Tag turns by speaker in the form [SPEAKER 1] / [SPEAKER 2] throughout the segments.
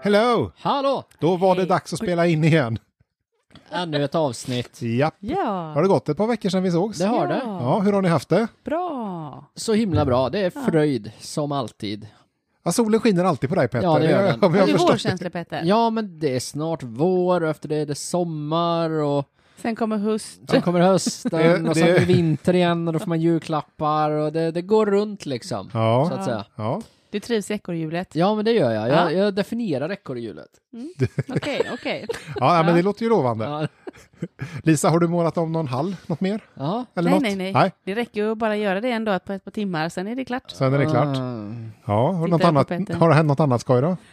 [SPEAKER 1] Hello!
[SPEAKER 2] Hallå!
[SPEAKER 1] Då var det dags att spela in igen.
[SPEAKER 2] Ännu ett avsnitt.
[SPEAKER 1] Japp.
[SPEAKER 3] Ja.
[SPEAKER 1] Har det gått ett par veckor sedan vi sågs?
[SPEAKER 2] Det har det.
[SPEAKER 1] Ja, hur har ni haft det?
[SPEAKER 3] Bra.
[SPEAKER 2] Så himla bra. Det är fröjd, som alltid.
[SPEAKER 1] Ja, solen skiner alltid på dig, Petter.
[SPEAKER 2] Ja, det gör den.
[SPEAKER 1] Om jag
[SPEAKER 3] Har
[SPEAKER 1] har
[SPEAKER 3] du
[SPEAKER 1] förstått det.
[SPEAKER 3] vårkänsla, Petter?
[SPEAKER 2] Ja, men det är snart vår och efter det är det sommar och
[SPEAKER 3] Sen kommer höst.
[SPEAKER 2] sen kommer hösten och sen
[SPEAKER 1] Det-
[SPEAKER 2] blir vinter igen och då får man julklappar och det går runt liksom. Så
[SPEAKER 1] Ja.
[SPEAKER 2] att säga.
[SPEAKER 1] Ja.
[SPEAKER 3] Du trivs i ekorrhjulet?
[SPEAKER 2] Ja, men det gör jag.
[SPEAKER 3] Ja.
[SPEAKER 2] Jag definierar ekorrhjulet.
[SPEAKER 3] Okej.
[SPEAKER 1] Ja, men det låter ju lovande.
[SPEAKER 2] Ja.
[SPEAKER 1] Lisa, har du målat om någon hall? Något mer?
[SPEAKER 2] Ja.
[SPEAKER 1] Eller
[SPEAKER 3] Nej,
[SPEAKER 1] något?
[SPEAKER 3] nej. Det räcker ju att bara göra det en dag på ett par timmar, sen är det klart.
[SPEAKER 1] Sen är det klart. Ja, har,
[SPEAKER 3] Tittar
[SPEAKER 1] något
[SPEAKER 3] jag på
[SPEAKER 1] annat,
[SPEAKER 3] Petter.
[SPEAKER 1] har det hänt något annat skoj då?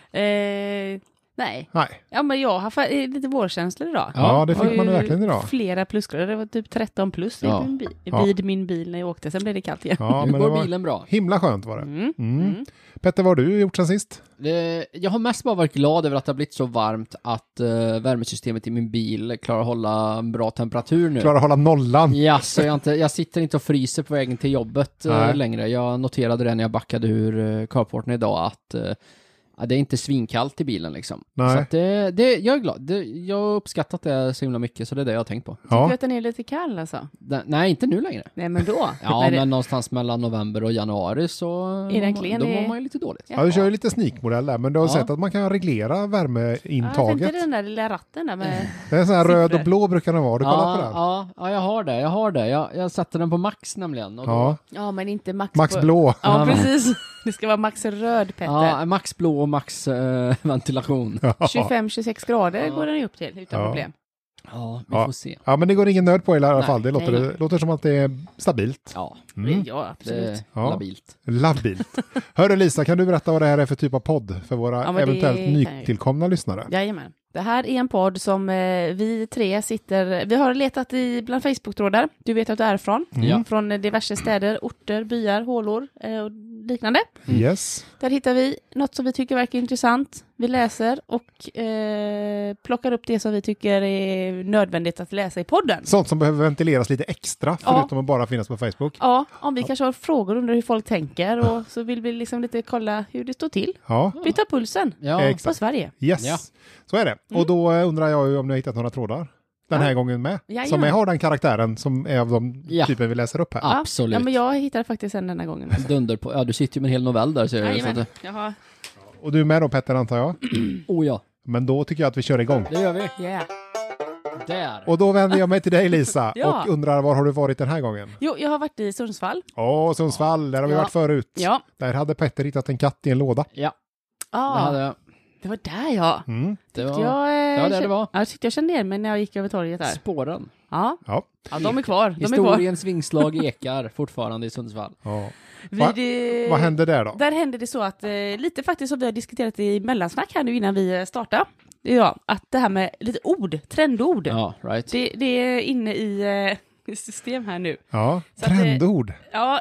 [SPEAKER 3] Nej.
[SPEAKER 1] Nej.
[SPEAKER 3] Ja, men jag har lite vårkänsla idag.
[SPEAKER 1] Ja, det
[SPEAKER 3] Och
[SPEAKER 1] fick man ju verkligen idag.
[SPEAKER 3] Flera plusgrader. Det var typ 13 plus
[SPEAKER 2] Ja.
[SPEAKER 3] vid min bil när jag åkte. Sen blev det kallt igen.
[SPEAKER 1] Ja,
[SPEAKER 2] Nu
[SPEAKER 1] men det
[SPEAKER 2] går
[SPEAKER 1] var
[SPEAKER 2] bilen bra.
[SPEAKER 1] himla skönt var det.
[SPEAKER 3] Mm.
[SPEAKER 1] Petter, vad har du gjort sen sist?
[SPEAKER 2] Jag har mest bara varit glad över att det har blivit så varmt att värmesystemet i min bil klarar att hålla en bra temperatur nu.
[SPEAKER 1] Klara hålla nollan.
[SPEAKER 2] Ja, så jag sitter inte och fryser på vägen till jobbet
[SPEAKER 1] Nej.
[SPEAKER 2] längre. Jag noterade det när jag backade ur carporten idag att det är inte svinkallt i bilen liksom.
[SPEAKER 1] Nej.
[SPEAKER 2] Så att jag är glad. Jag har uppskattat det så himla mycket, så det är det jag har tänkt på.
[SPEAKER 3] Tycker
[SPEAKER 1] Ja.
[SPEAKER 3] du att den är lite kall alltså?
[SPEAKER 2] Nej, inte nu längre.
[SPEAKER 3] Nej, men då?
[SPEAKER 2] Ja,
[SPEAKER 3] När det-
[SPEAKER 2] men någonstans mellan november och januari så
[SPEAKER 3] Är den klen
[SPEAKER 2] då
[SPEAKER 3] i-
[SPEAKER 2] mår man ju lite dåligt.
[SPEAKER 3] Ja.
[SPEAKER 1] Ja, du kör ju lite sneakmodell där, men du har
[SPEAKER 2] Ja.
[SPEAKER 1] sett att man kan reglera
[SPEAKER 3] Ja, jag
[SPEAKER 1] värmeintaget.
[SPEAKER 3] tänkte den där lilla ratten där med...
[SPEAKER 1] Det är en sån här röd
[SPEAKER 3] siffror.
[SPEAKER 1] och blå brukar den vara. Du kollar på den?
[SPEAKER 2] Ja, jag har det. Jag sätter den på max nämligen. Och då,
[SPEAKER 1] Ja,
[SPEAKER 3] Ja, men inte max
[SPEAKER 1] Max
[SPEAKER 3] på...
[SPEAKER 1] blå.
[SPEAKER 3] Ja, precis. Det ska vara max röd, Petter.
[SPEAKER 2] Ja, max blå och max ventilation.
[SPEAKER 3] 25-26 grader går den ju upp till utan
[SPEAKER 1] Ja.
[SPEAKER 3] problem.
[SPEAKER 2] Ja, vi
[SPEAKER 1] Ja.
[SPEAKER 2] får se.
[SPEAKER 1] Ja, men det går ingen nöd på i alla
[SPEAKER 2] Nej,
[SPEAKER 1] fall. Det låter,
[SPEAKER 3] nej.
[SPEAKER 1] låter som att det är stabilt.
[SPEAKER 2] Ja,
[SPEAKER 1] Mm.
[SPEAKER 3] Ja,
[SPEAKER 2] det är
[SPEAKER 3] absolut.
[SPEAKER 1] Ja.
[SPEAKER 2] labilt.
[SPEAKER 1] Labilt. Hörru Lisa, kan du berätta vad det här är för typ av podd för våra
[SPEAKER 3] Ja, men det
[SPEAKER 1] eventuellt
[SPEAKER 3] kan jag.
[SPEAKER 1] nytillkomna lyssnare?
[SPEAKER 3] Jajamän. Det här är en podd som vi tre sitter... Vi har letat bland Facebook-trådar. Du vet att du är från.
[SPEAKER 2] Ja.
[SPEAKER 3] Från diverse städer, orter, byar, hålor och liknande.
[SPEAKER 1] Yes.
[SPEAKER 3] Där hittar vi något som vi tycker verkar intressant. Vi läser och plockar upp det som vi tycker är nödvändigt att läsa i podden.
[SPEAKER 1] Sånt som behöver ventileras lite extra,
[SPEAKER 3] Ja.
[SPEAKER 1] förutom att bara finnas på Facebook.
[SPEAKER 3] Ja, om vi kanske har frågor under hur folk tänker och så vill vi liksom lite kolla hur det står till.
[SPEAKER 1] Ja,
[SPEAKER 3] Vi tar pulsen
[SPEAKER 2] Ja,
[SPEAKER 1] Exakt.
[SPEAKER 3] på Sverige.
[SPEAKER 1] yes.
[SPEAKER 2] Ja.
[SPEAKER 1] Så är det. Och då undrar jag ju om ni har hittat några trådar den här gången med.
[SPEAKER 3] Jajamän.
[SPEAKER 1] Som har den karaktären som är av de
[SPEAKER 2] Ja.
[SPEAKER 1] typen vi läser upp här.
[SPEAKER 3] Ja.
[SPEAKER 2] absolut.
[SPEAKER 3] Ja, men jag hittade faktiskt en denna gången.
[SPEAKER 2] Dunder på. Ja, du sitter ju med en hel novell där, så jag. Så
[SPEAKER 3] Jajamän.
[SPEAKER 2] att,
[SPEAKER 3] Jag har...
[SPEAKER 1] Och du är med då Petter, antar jag?
[SPEAKER 2] oh ja,
[SPEAKER 1] Men då tycker jag att vi kör igång.
[SPEAKER 2] det gör vi.
[SPEAKER 3] Yeah.
[SPEAKER 2] Där.
[SPEAKER 1] Och då vänder jag mig till dig Lisa
[SPEAKER 3] Ja.
[SPEAKER 1] och undrar var har du varit den här gången?
[SPEAKER 3] Jo, jag har varit i Sundsvall.
[SPEAKER 1] Sundsvall, där har vi
[SPEAKER 3] Ja.
[SPEAKER 1] varit förut.
[SPEAKER 3] Ja.
[SPEAKER 1] Där hade Petter hittat en katt i en låda.
[SPEAKER 2] Ja, det hade jag.
[SPEAKER 3] Det var där ja.
[SPEAKER 1] Mm.
[SPEAKER 2] Det var
[SPEAKER 3] Jag,
[SPEAKER 2] det var.
[SPEAKER 3] Jag tyckte jag kände igen mig när jag gick över torget där.
[SPEAKER 2] Spåren.
[SPEAKER 3] Ja,
[SPEAKER 1] Ja.
[SPEAKER 3] ja de är kvar. De är kvar.
[SPEAKER 2] Historiens vingslag ekar fortfarande i Sundsvall.
[SPEAKER 1] Ja. Va- Vad hände där då?
[SPEAKER 3] Där hände det så att, lite faktiskt som vi har diskuterat i mellansnack här nu innan vi startar. Ja, att det här med lite trendord.
[SPEAKER 2] Ja, right.
[SPEAKER 3] Det är inne i system här nu.
[SPEAKER 1] Ja,
[SPEAKER 3] Så att,
[SPEAKER 1] trendord.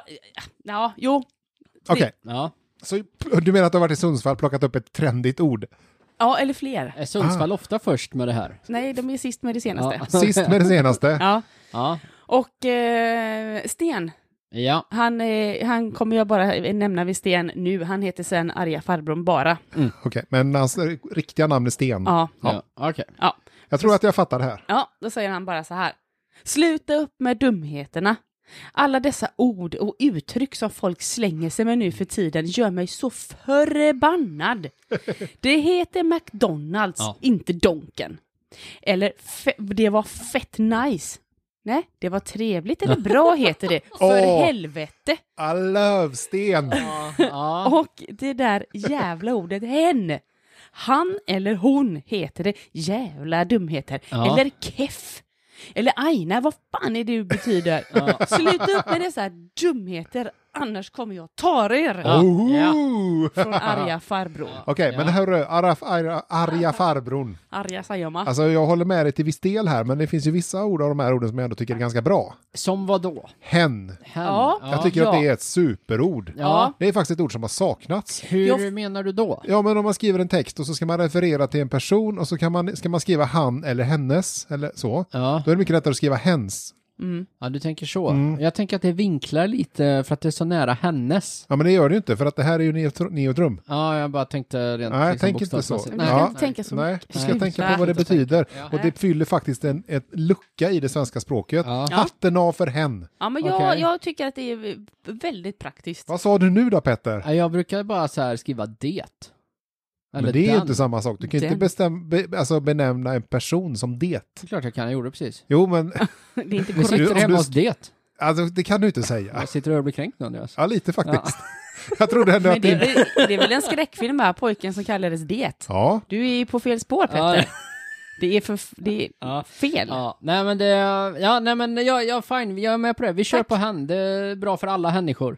[SPEAKER 3] Jo.
[SPEAKER 1] Okej,
[SPEAKER 2] Ja.
[SPEAKER 1] så du menar att du har varit i Sundsvall och plockat upp ett trendigt ord?
[SPEAKER 3] Ja, eller fler.
[SPEAKER 2] Är Sundsvall ofta först med det här?
[SPEAKER 3] Nej, de är sist med det senaste.
[SPEAKER 2] Ja.
[SPEAKER 1] Sist med det senaste.
[SPEAKER 3] Ja.
[SPEAKER 2] Ja.
[SPEAKER 3] Och Sten,
[SPEAKER 2] Ja.
[SPEAKER 3] han kommer jag bara nämna vid Sten nu. Han heter sen Arja Farbrorn bara.
[SPEAKER 1] Okej, men hans riktiga namn är Sten.
[SPEAKER 3] Ja.
[SPEAKER 2] Ja. Okej.
[SPEAKER 3] Ja.
[SPEAKER 1] Jag tror att jag fattar det här.
[SPEAKER 3] Ja, då säger han bara så här. Sluta upp med dumheterna. Alla dessa ord och uttryck som folk slänger sig med nu för tiden gör mig så förbannad. Det heter McDonalds,
[SPEAKER 2] Ja.
[SPEAKER 3] inte Donken. Eller det var fett nice. Nej, det var trevligt eller bra heter det. För
[SPEAKER 1] Åh.
[SPEAKER 3] helvete.
[SPEAKER 1] Lövsten!
[SPEAKER 2] Ja.
[SPEAKER 3] Och det där jävla ordet hen. Han eller hon heter det jävla dumheter.
[SPEAKER 2] Ja.
[SPEAKER 3] Eller keff. Eller aina, vad fan är det du betyder?
[SPEAKER 2] Ja.
[SPEAKER 3] Sluta upp med dessa dumheter, annars kommer jag ta er.
[SPEAKER 2] Ja.
[SPEAKER 1] Oho!
[SPEAKER 3] Från arga farbror.
[SPEAKER 1] Okej, men hörru, arga farbrorn.
[SPEAKER 3] Arga Sayama.
[SPEAKER 1] Alltså jag håller med dig till viss del här, men det finns ju vissa ord av de här orden som jag ändå tycker är ganska bra.
[SPEAKER 2] Som vad då?
[SPEAKER 1] Hen.
[SPEAKER 2] Hen.
[SPEAKER 3] Ja.
[SPEAKER 1] Jag tycker att det är ett superord.
[SPEAKER 2] Ja.
[SPEAKER 1] Det är faktiskt ett ord som har saknats.
[SPEAKER 2] Hur menar du då?
[SPEAKER 1] Ja, men om man skriver en text och så ska man referera till en person och så ska man skriva han eller hennes eller så.
[SPEAKER 2] Ja.
[SPEAKER 1] Då är det mycket lättare att skriva hens
[SPEAKER 2] Ja, du tänker så. Jag tänker att det vinklar lite för att det är så nära hennes.
[SPEAKER 1] Ja, men det gör det ju inte, för att det här är ju neutrum.
[SPEAKER 2] Ja, jag bara tänkte rent
[SPEAKER 1] Nej, tänk inte så.
[SPEAKER 3] Men du ska inte tänka så
[SPEAKER 1] Nej,
[SPEAKER 3] mycket.
[SPEAKER 1] du ska tänka på vad det betyder. Och det fyller faktiskt en lucka i det svenska språket.
[SPEAKER 2] Ja.
[SPEAKER 1] Hatten av för hen.
[SPEAKER 3] Ja, men
[SPEAKER 2] Okej.
[SPEAKER 3] jag tycker att det är väldigt praktiskt.
[SPEAKER 1] Vad sa du nu då, Petter?
[SPEAKER 2] Ja, jag brukar bara så här skriva det. Eller
[SPEAKER 1] Men det är ju
[SPEAKER 2] den.
[SPEAKER 1] inte samma sak. Du kan ju inte benämna en person som det.
[SPEAKER 2] Det är klart jag kan, jag gjorde det precis.
[SPEAKER 1] Jo, men
[SPEAKER 3] Det är inte
[SPEAKER 2] Vi
[SPEAKER 3] korrekt.
[SPEAKER 2] sitter hemma hos det.
[SPEAKER 1] alltså, det kan du inte säga.
[SPEAKER 2] Jag sitter och blir kränkt nu, Andreas.
[SPEAKER 1] Ja, lite faktiskt. Jag trodde ändå
[SPEAKER 3] Men
[SPEAKER 1] att
[SPEAKER 3] det är väl en skräckfilm här, pojken som kallades det.
[SPEAKER 1] Ja,
[SPEAKER 3] Du är ju på fel spår, Petter.
[SPEAKER 2] Ja.
[SPEAKER 3] Det är fel.
[SPEAKER 2] Ja, nej men det... Ja, nej men jag fine, jag är med på det. Vi kör på hen, det är bra för alla människor.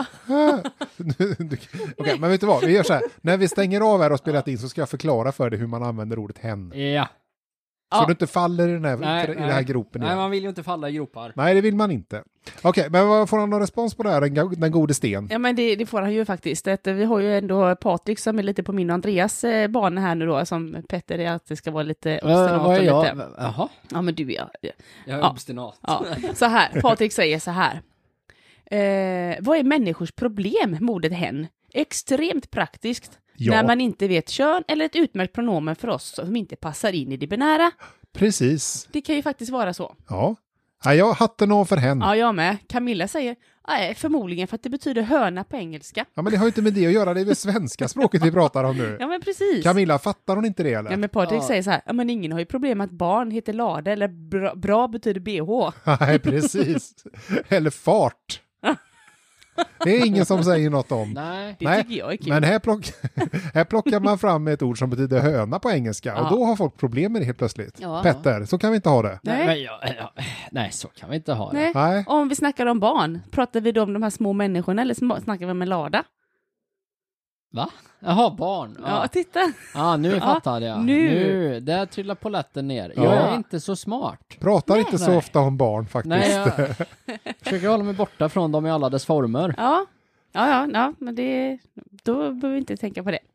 [SPEAKER 1] Okej, men vet du vad? Vi gör så här. När vi stänger av här och spelat in så ska jag förklara för dig hur man använder ordet hen.
[SPEAKER 2] Ja.
[SPEAKER 1] Så
[SPEAKER 3] Ja.
[SPEAKER 1] du inte faller i den här,
[SPEAKER 2] Nej,
[SPEAKER 1] i den här gropen
[SPEAKER 2] Nej,
[SPEAKER 1] igen.
[SPEAKER 2] man vill ju inte falla i gropar.
[SPEAKER 1] Nej, det vill man inte. Okej, men vad får han någon respons på det här, den gode Sten?
[SPEAKER 3] Ja, men det får han ju faktiskt. Vi har ju ändå Patrik som är lite på min och Andreas bana här nu då, som Petter är att det ska vara lite obstinat.
[SPEAKER 2] Vad är jag?
[SPEAKER 3] Lite.
[SPEAKER 2] Jaha,
[SPEAKER 3] Ja, men du är...
[SPEAKER 2] jag är
[SPEAKER 3] Ja.
[SPEAKER 2] obstinat.
[SPEAKER 3] Ja, så här, Patrik säger så här. Vad är människors problem med ordet hen? Extremt praktiskt.
[SPEAKER 1] Ja.
[SPEAKER 3] När man inte vet kön eller ett utmärkt pronomen för oss som inte passar in i det binära.
[SPEAKER 1] Precis.
[SPEAKER 3] Det kan ju faktiskt vara så.
[SPEAKER 1] Ja. Ja, jag hatten av för hen.
[SPEAKER 3] Ja, jag med. Camilla säger, nej, förmodligen för att det betyder höna på engelska.
[SPEAKER 1] Ja, men det har ju inte med det att göra. Det är väl svenska språket vi pratar om nu.
[SPEAKER 3] Ja, men precis.
[SPEAKER 1] Camilla, fattar hon inte det eller?
[SPEAKER 3] Ja, men Patrik
[SPEAKER 2] Ja.
[SPEAKER 3] säger så här, ja, men ingen har ju problem med att barn heter Lade eller bra betyder BH.
[SPEAKER 1] Nej, precis. Eller fart. Det är ingen som säger något om.
[SPEAKER 2] Nej.
[SPEAKER 3] Det
[SPEAKER 1] Nej,
[SPEAKER 3] tycker jag är kul.
[SPEAKER 1] Men här plockar man fram ett ord som betyder höna på engelska.
[SPEAKER 3] Ja.
[SPEAKER 1] Och då har folk problem med det helt plötsligt.
[SPEAKER 3] Ja.
[SPEAKER 1] Petter, så kan vi inte ha det.
[SPEAKER 3] Nej.
[SPEAKER 2] Nej, så kan vi inte ha det.
[SPEAKER 3] Nej.
[SPEAKER 1] Nej.
[SPEAKER 3] Om vi snackar om barn, pratar vi då om de här små människorna eller snackar vi om en lada?
[SPEAKER 2] Va? Jaha, barn.
[SPEAKER 3] Ja,
[SPEAKER 2] Ja,
[SPEAKER 3] titta.
[SPEAKER 2] Nu fattade jag.
[SPEAKER 3] nu.
[SPEAKER 2] Där trillar polletten ner.
[SPEAKER 1] Ja.
[SPEAKER 2] Jag är inte så smart.
[SPEAKER 1] Pratar inte så
[SPEAKER 2] Nej.
[SPEAKER 1] ofta om barn faktiskt.
[SPEAKER 2] Nej, jag försöker hålla mig borta från dem i alla dess former.
[SPEAKER 3] Ja, men då behöver vi inte tänka på det.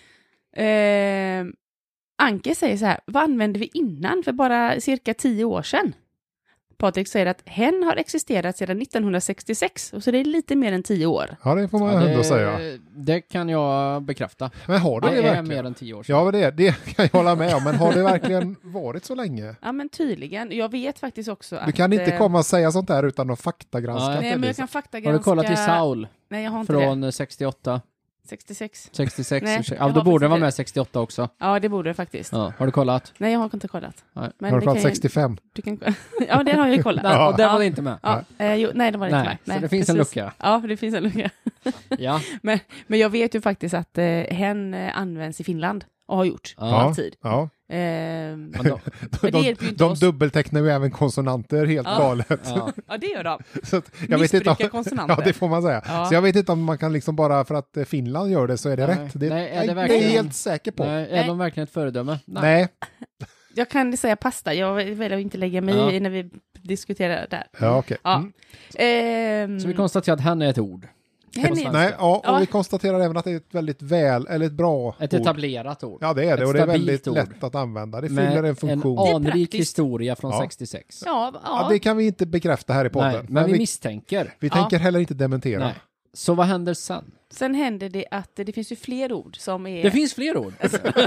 [SPEAKER 3] Anke säger så här, vad använde vi innan för bara cirka 10 år sedan? Patrik säger att hen har existerat sedan 1966, och så det är lite mer än 10 år.
[SPEAKER 1] Ja, det får man ändå säga.
[SPEAKER 2] Det kan jag bekräfta.
[SPEAKER 1] Men har det
[SPEAKER 2] Det är
[SPEAKER 1] verkligen?
[SPEAKER 2] mer än 10 år sedan.
[SPEAKER 1] Ja, men det kan jag hålla med om. Men har det verkligen varit så länge?
[SPEAKER 3] Ja, men tydligen. Jag vet faktiskt också att...
[SPEAKER 1] Du kan inte komma och säga sånt här utan att faktagranska.
[SPEAKER 2] Nej,
[SPEAKER 3] Nej, men jag
[SPEAKER 1] Lisa.
[SPEAKER 3] kan faktagranska...
[SPEAKER 2] Har du kollat i Saul
[SPEAKER 3] Nej, jag har inte det.
[SPEAKER 2] från 68?
[SPEAKER 3] 66.
[SPEAKER 2] 66?
[SPEAKER 3] Nej,
[SPEAKER 2] Ja,
[SPEAKER 3] jag
[SPEAKER 2] då
[SPEAKER 3] har
[SPEAKER 2] borde den vara
[SPEAKER 3] faktiskt
[SPEAKER 2] med 68 också.
[SPEAKER 3] Ja, det borde det faktiskt.
[SPEAKER 2] Ja. Har du kollat?
[SPEAKER 3] Nej, jag har inte kollat.
[SPEAKER 2] Nej.
[SPEAKER 3] Men
[SPEAKER 1] Har du
[SPEAKER 3] det
[SPEAKER 1] pratat
[SPEAKER 3] kan
[SPEAKER 1] 65?
[SPEAKER 3] Du kan... Ja, det har jag ju kollat.
[SPEAKER 2] Och den var det inte med.
[SPEAKER 3] Ja, nej, det var det inte med.
[SPEAKER 2] Nej, så det finns en lucka.
[SPEAKER 3] Ja, det finns en lucka.
[SPEAKER 2] Ja.
[SPEAKER 3] Men jag vet ju faktiskt att hen används i Finland och har gjort
[SPEAKER 2] Ja.
[SPEAKER 3] alltid.
[SPEAKER 1] Ja.
[SPEAKER 2] Men då,
[SPEAKER 3] Men det hjälper ju inte
[SPEAKER 1] De
[SPEAKER 3] oss.
[SPEAKER 1] dubbeltecknar ju även konsonanter helt
[SPEAKER 3] Ja.
[SPEAKER 1] galet.
[SPEAKER 2] ja.
[SPEAKER 3] Ja, det gör de.
[SPEAKER 1] Så att jag vet inte
[SPEAKER 3] Missbrukar konsonanter.
[SPEAKER 1] Ja, det får man säga.
[SPEAKER 3] Ja.
[SPEAKER 1] Så jag vet inte om man kan liksom bara för att Finland gör det så är det
[SPEAKER 2] Nej.
[SPEAKER 1] rätt.
[SPEAKER 2] Nej, är det
[SPEAKER 1] jag är
[SPEAKER 2] verkligen-
[SPEAKER 1] helt säker på.
[SPEAKER 2] Nej, är
[SPEAKER 3] Nej.
[SPEAKER 2] de verkligen ett föredöme?
[SPEAKER 1] Nej.
[SPEAKER 3] Jag kan säga pasta. Jag väljer att inte lägga mig
[SPEAKER 2] Ja.
[SPEAKER 3] i när vi diskuterar där.
[SPEAKER 1] Ja, okej.
[SPEAKER 3] Ja.
[SPEAKER 1] Mm.
[SPEAKER 2] Så vi konstaterar att hen är ett ord.
[SPEAKER 3] Hen
[SPEAKER 2] svenska.
[SPEAKER 3] är...
[SPEAKER 1] Nej, ja, och
[SPEAKER 3] Ja.
[SPEAKER 1] vi konstaterar även att det är ett väldigt ett bra
[SPEAKER 2] Ett
[SPEAKER 1] ord.
[SPEAKER 2] etablerat ord.
[SPEAKER 1] Ja, det är det.
[SPEAKER 2] Ett
[SPEAKER 1] Och det är
[SPEAKER 2] stabilt
[SPEAKER 1] väldigt
[SPEAKER 2] ord.
[SPEAKER 1] lätt att använda. Det
[SPEAKER 2] Med
[SPEAKER 1] fyller en funktion.
[SPEAKER 2] en anrik
[SPEAKER 3] praktiskt.
[SPEAKER 2] historia från
[SPEAKER 1] Ja.
[SPEAKER 2] 66.
[SPEAKER 3] Ja,
[SPEAKER 1] Ja, det kan vi inte bekräfta här i podden.
[SPEAKER 2] Nej, men vi
[SPEAKER 1] vi
[SPEAKER 2] misstänker.
[SPEAKER 1] vi
[SPEAKER 3] Ja.
[SPEAKER 1] tänker heller inte dementera.
[SPEAKER 2] Nej. Så vad händer sen?
[SPEAKER 3] Sen händer det att det finns ju fler ord som är...
[SPEAKER 2] Det finns fler ord.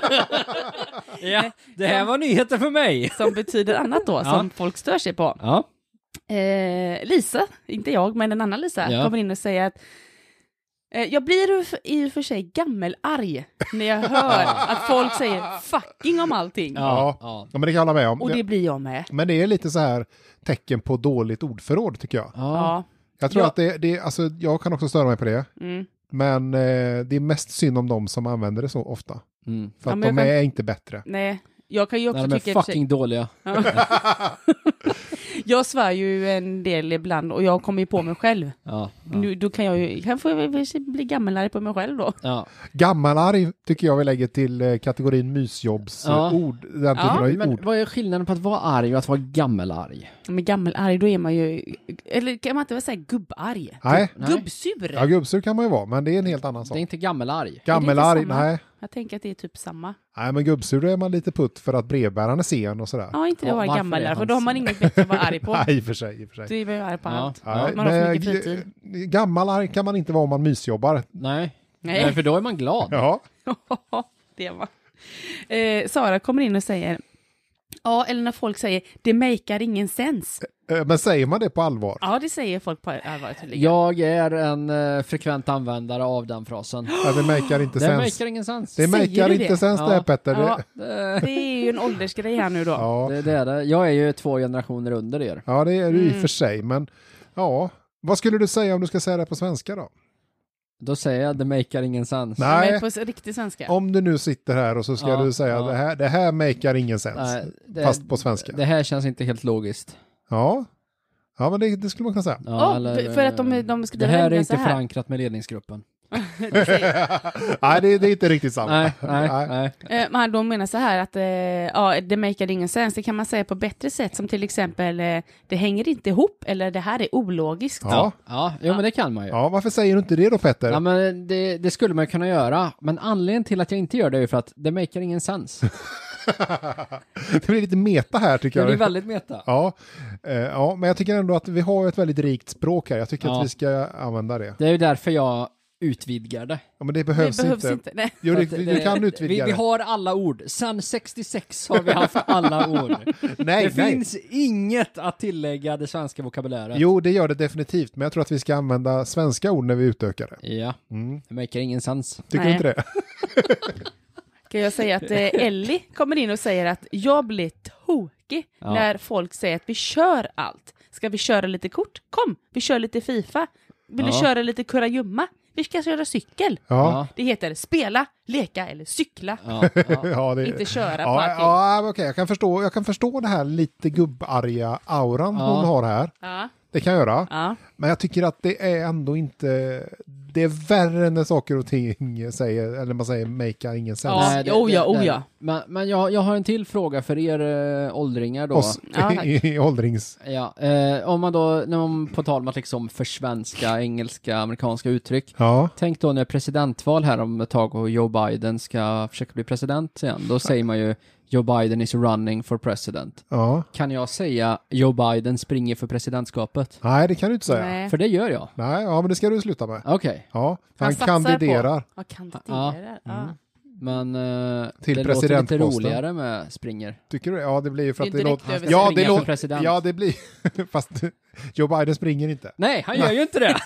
[SPEAKER 2] Ja, det här var nyheter för mig.
[SPEAKER 3] som betyder annat då,
[SPEAKER 2] Ja.
[SPEAKER 3] som folk stör sig på.
[SPEAKER 2] Ja.
[SPEAKER 3] Lisa, inte jag, men en annan Lisa,
[SPEAKER 2] Ja.
[SPEAKER 3] kommer in och säger att jag blir i och för sig gammelarg när jag hör att folk säger fucking om allting.
[SPEAKER 2] Ja.
[SPEAKER 1] Ja, men det kan jag hålla med om.
[SPEAKER 3] Och det blir jag med.
[SPEAKER 1] Men det är lite så här tecken på dåligt ordförråd tycker jag.
[SPEAKER 3] Ja.
[SPEAKER 1] Jag tror
[SPEAKER 3] Ja.
[SPEAKER 1] att det alltså jag kan också störa mig på det.
[SPEAKER 3] Mm.
[SPEAKER 1] Men det är mest synd om de som använder det så ofta.
[SPEAKER 2] Mm.
[SPEAKER 1] För
[SPEAKER 3] Ja,
[SPEAKER 1] att
[SPEAKER 3] men
[SPEAKER 1] de
[SPEAKER 3] jag kan-
[SPEAKER 1] är inte bättre.
[SPEAKER 3] Nej, jag kan ju också
[SPEAKER 2] När de är
[SPEAKER 3] tycka... i och för sig-
[SPEAKER 2] fucking dåliga.
[SPEAKER 3] Jag svär ju en del ibland och jag kommer ju på mig själv.
[SPEAKER 2] Ja.
[SPEAKER 3] Nu, då kan jag får jag bli gammelarg på mig själv då.
[SPEAKER 2] Ja.
[SPEAKER 1] Gammalarg tycker jag vi lägger till kategorin mysjobbsord. Den typen av
[SPEAKER 2] Men
[SPEAKER 1] ord.
[SPEAKER 2] vad är skillnaden på att vara arg och att vara gammelarg?
[SPEAKER 3] Men gammelarg, då är man ju... Eller kan man inte väl säga gubbarg?
[SPEAKER 1] Nej,
[SPEAKER 2] Nej.
[SPEAKER 3] Gubbsur?
[SPEAKER 1] ja, gubbsur kan man ju vara, men det är en helt annan
[SPEAKER 2] Det
[SPEAKER 1] sak.
[SPEAKER 2] är inte gammelarg.
[SPEAKER 1] Gammelarg,
[SPEAKER 3] samma?
[SPEAKER 1] nej.
[SPEAKER 3] Jag tänker att det är typ samma.
[SPEAKER 1] Nej, men gubbsur är man lite putt för att brevbäraren är sen och sådär.
[SPEAKER 3] Ja, inte det var
[SPEAKER 2] varför
[SPEAKER 3] gammal
[SPEAKER 2] är
[SPEAKER 3] där, för
[SPEAKER 2] han
[SPEAKER 3] då har man
[SPEAKER 2] sen?
[SPEAKER 3] inget bättre att vara arg på.
[SPEAKER 1] Nej, i och för sig.
[SPEAKER 3] Du var ju arg på
[SPEAKER 2] Ja.
[SPEAKER 3] allt.
[SPEAKER 2] Ja.
[SPEAKER 3] Man har för mycket fritid.
[SPEAKER 1] Gammal kan man inte vara om man mysjobbar.
[SPEAKER 2] Nej.
[SPEAKER 3] Nej.
[SPEAKER 2] Nej, för då är man glad.
[SPEAKER 1] Ja.
[SPEAKER 3] Det var. Sara kommer in och säger, ja, eller när folk säger, det makar ingen sens.
[SPEAKER 1] Men säger man det på allvar?
[SPEAKER 3] Ja, det säger folk på allvar.
[SPEAKER 2] Jag är en frekvent användare av den frasen.
[SPEAKER 1] Ja, det makar inte
[SPEAKER 2] Det
[SPEAKER 1] sens.
[SPEAKER 2] makar ingen sens.
[SPEAKER 1] Det
[SPEAKER 3] Säger
[SPEAKER 1] makar
[SPEAKER 3] du
[SPEAKER 1] inte
[SPEAKER 3] det?
[SPEAKER 1] sens det här,
[SPEAKER 2] Ja.
[SPEAKER 1] Petter.
[SPEAKER 3] Ja,
[SPEAKER 2] Det,
[SPEAKER 3] det är ju en åldersgrej här nu då.
[SPEAKER 1] Ja.
[SPEAKER 2] det är det. Jag är ju 2 generationer under er.
[SPEAKER 1] Ja, det är du i och för sig. Men ja, vad skulle du säga om du ska säga det på svenska då?
[SPEAKER 2] Då säger jag det makar ingen sens.
[SPEAKER 1] Nej.
[SPEAKER 3] Men på riktig svenska.
[SPEAKER 1] Om du nu sitter här och så ska
[SPEAKER 2] Ja,
[SPEAKER 1] du säga
[SPEAKER 2] ja.
[SPEAKER 1] det här makar ingen sens.
[SPEAKER 2] Nej,
[SPEAKER 1] Fast på svenska.
[SPEAKER 2] Det här känns inte helt logiskt.
[SPEAKER 1] Ja, men det skulle man kunna säga.
[SPEAKER 2] Ja,
[SPEAKER 3] för att de skulle
[SPEAKER 2] det här är
[SPEAKER 3] välja
[SPEAKER 2] inte
[SPEAKER 3] så här.
[SPEAKER 2] förankrat med ledningsgruppen.
[SPEAKER 1] Nej, det är inte riktigt samma.
[SPEAKER 2] Nej.
[SPEAKER 3] Men de menar så här att det makar ingen sens. Det kan man säga på bättre sätt, som till exempel det hänger inte ihop, eller det här är ologiskt.
[SPEAKER 1] Ja.
[SPEAKER 2] Ja, jo, men det kan man ju.
[SPEAKER 1] Ja, varför säger du inte det då, Petter?
[SPEAKER 2] Ja, men det skulle man kunna göra. Men anledningen till att jag inte gör det är för att det makar ingen sens.
[SPEAKER 1] Det blir lite meta här, tycker
[SPEAKER 2] Det
[SPEAKER 1] jag.
[SPEAKER 2] blir väldigt meta.
[SPEAKER 1] Ja, men jag tycker ändå att vi har ett väldigt rikt språk här. Jag tycker
[SPEAKER 2] Ja.
[SPEAKER 1] att vi ska använda det.
[SPEAKER 2] Det är ju därför jag utvidgar det.
[SPEAKER 1] Ja, men det behövs,
[SPEAKER 3] Det behövs
[SPEAKER 1] inte.
[SPEAKER 3] inte. Nej.
[SPEAKER 1] Jo,
[SPEAKER 2] För att
[SPEAKER 1] du kan utvidga
[SPEAKER 2] vi
[SPEAKER 1] det.
[SPEAKER 2] har alla ord. Sen 66 har vi haft alla ord.
[SPEAKER 1] Nej,
[SPEAKER 2] Det finns inget att tillägga det svenska vokabuläret.
[SPEAKER 1] Jo, det gör det definitivt. Men jag tror att vi ska använda svenska ord när vi utökar det.
[SPEAKER 2] Ja,
[SPEAKER 1] Mm.
[SPEAKER 2] det makar ingen sens.
[SPEAKER 1] Tycker
[SPEAKER 3] Nej.
[SPEAKER 1] du inte det?
[SPEAKER 3] Kan jag säga att Ellie kommer in och säger att jag blir tokig när folk säger att vi kör allt. Ska vi köra lite kort? Kom, vi kör lite FIFA. Vill du köra lite kurragömma? Vi ska köra cykel.
[SPEAKER 1] Ja.
[SPEAKER 3] Det heter spela, leka eller cykla.
[SPEAKER 2] Ja.
[SPEAKER 1] Ja, det...
[SPEAKER 3] Inte köra på
[SPEAKER 1] Ja,
[SPEAKER 3] allting.
[SPEAKER 1] ja, okej. Jag kan förstå det här lite gubbarga auran hon har här.
[SPEAKER 3] Ja.
[SPEAKER 1] Det kan jag göra.
[SPEAKER 3] Ja.
[SPEAKER 1] Men jag tycker att det är ändå inte... Det är värre när saker och ting säger, eller man säger makar ingen sens.
[SPEAKER 3] Ja.
[SPEAKER 2] Nej,
[SPEAKER 3] Ja.
[SPEAKER 2] Men jag har en till fråga för er åldringar då.
[SPEAKER 1] Oss
[SPEAKER 3] Ja, tack.
[SPEAKER 1] i åldrings...
[SPEAKER 2] Ja, om man då, när man på tal om att liksom försvenska engelska, amerikanska uttryck.
[SPEAKER 1] Ja.
[SPEAKER 2] Tänk då när presidentval här om ett tag och Joe Biden ska försöka bli president igen. Då säger man ju Joe Biden is running for president.
[SPEAKER 1] Ja.
[SPEAKER 2] Kan jag säga Joe Biden springer för presidentskapet?
[SPEAKER 1] Nej, det kan du inte säga.
[SPEAKER 3] Nej.
[SPEAKER 2] För det gör jag.
[SPEAKER 1] Nej, ja, men det ska du sluta med.
[SPEAKER 2] Okej.
[SPEAKER 1] Ja,
[SPEAKER 3] Han
[SPEAKER 1] han
[SPEAKER 3] satsar
[SPEAKER 1] kandiderar.
[SPEAKER 3] på. Ja, kandiderar. Ja.
[SPEAKER 2] Men
[SPEAKER 1] Till
[SPEAKER 2] det låter lite
[SPEAKER 1] presidentposten.
[SPEAKER 2] roligare med springer.
[SPEAKER 1] Tycker du? Ja, det blir ju för
[SPEAKER 3] Det
[SPEAKER 1] att
[SPEAKER 3] är
[SPEAKER 1] det
[SPEAKER 3] direkt
[SPEAKER 1] låter...
[SPEAKER 3] över
[SPEAKER 1] Ja,
[SPEAKER 2] springa
[SPEAKER 1] det
[SPEAKER 2] för
[SPEAKER 1] låter...
[SPEAKER 2] president.
[SPEAKER 1] Ja, det blir... Fast Joe Biden springer inte.
[SPEAKER 2] Nej, han gör ju inte det.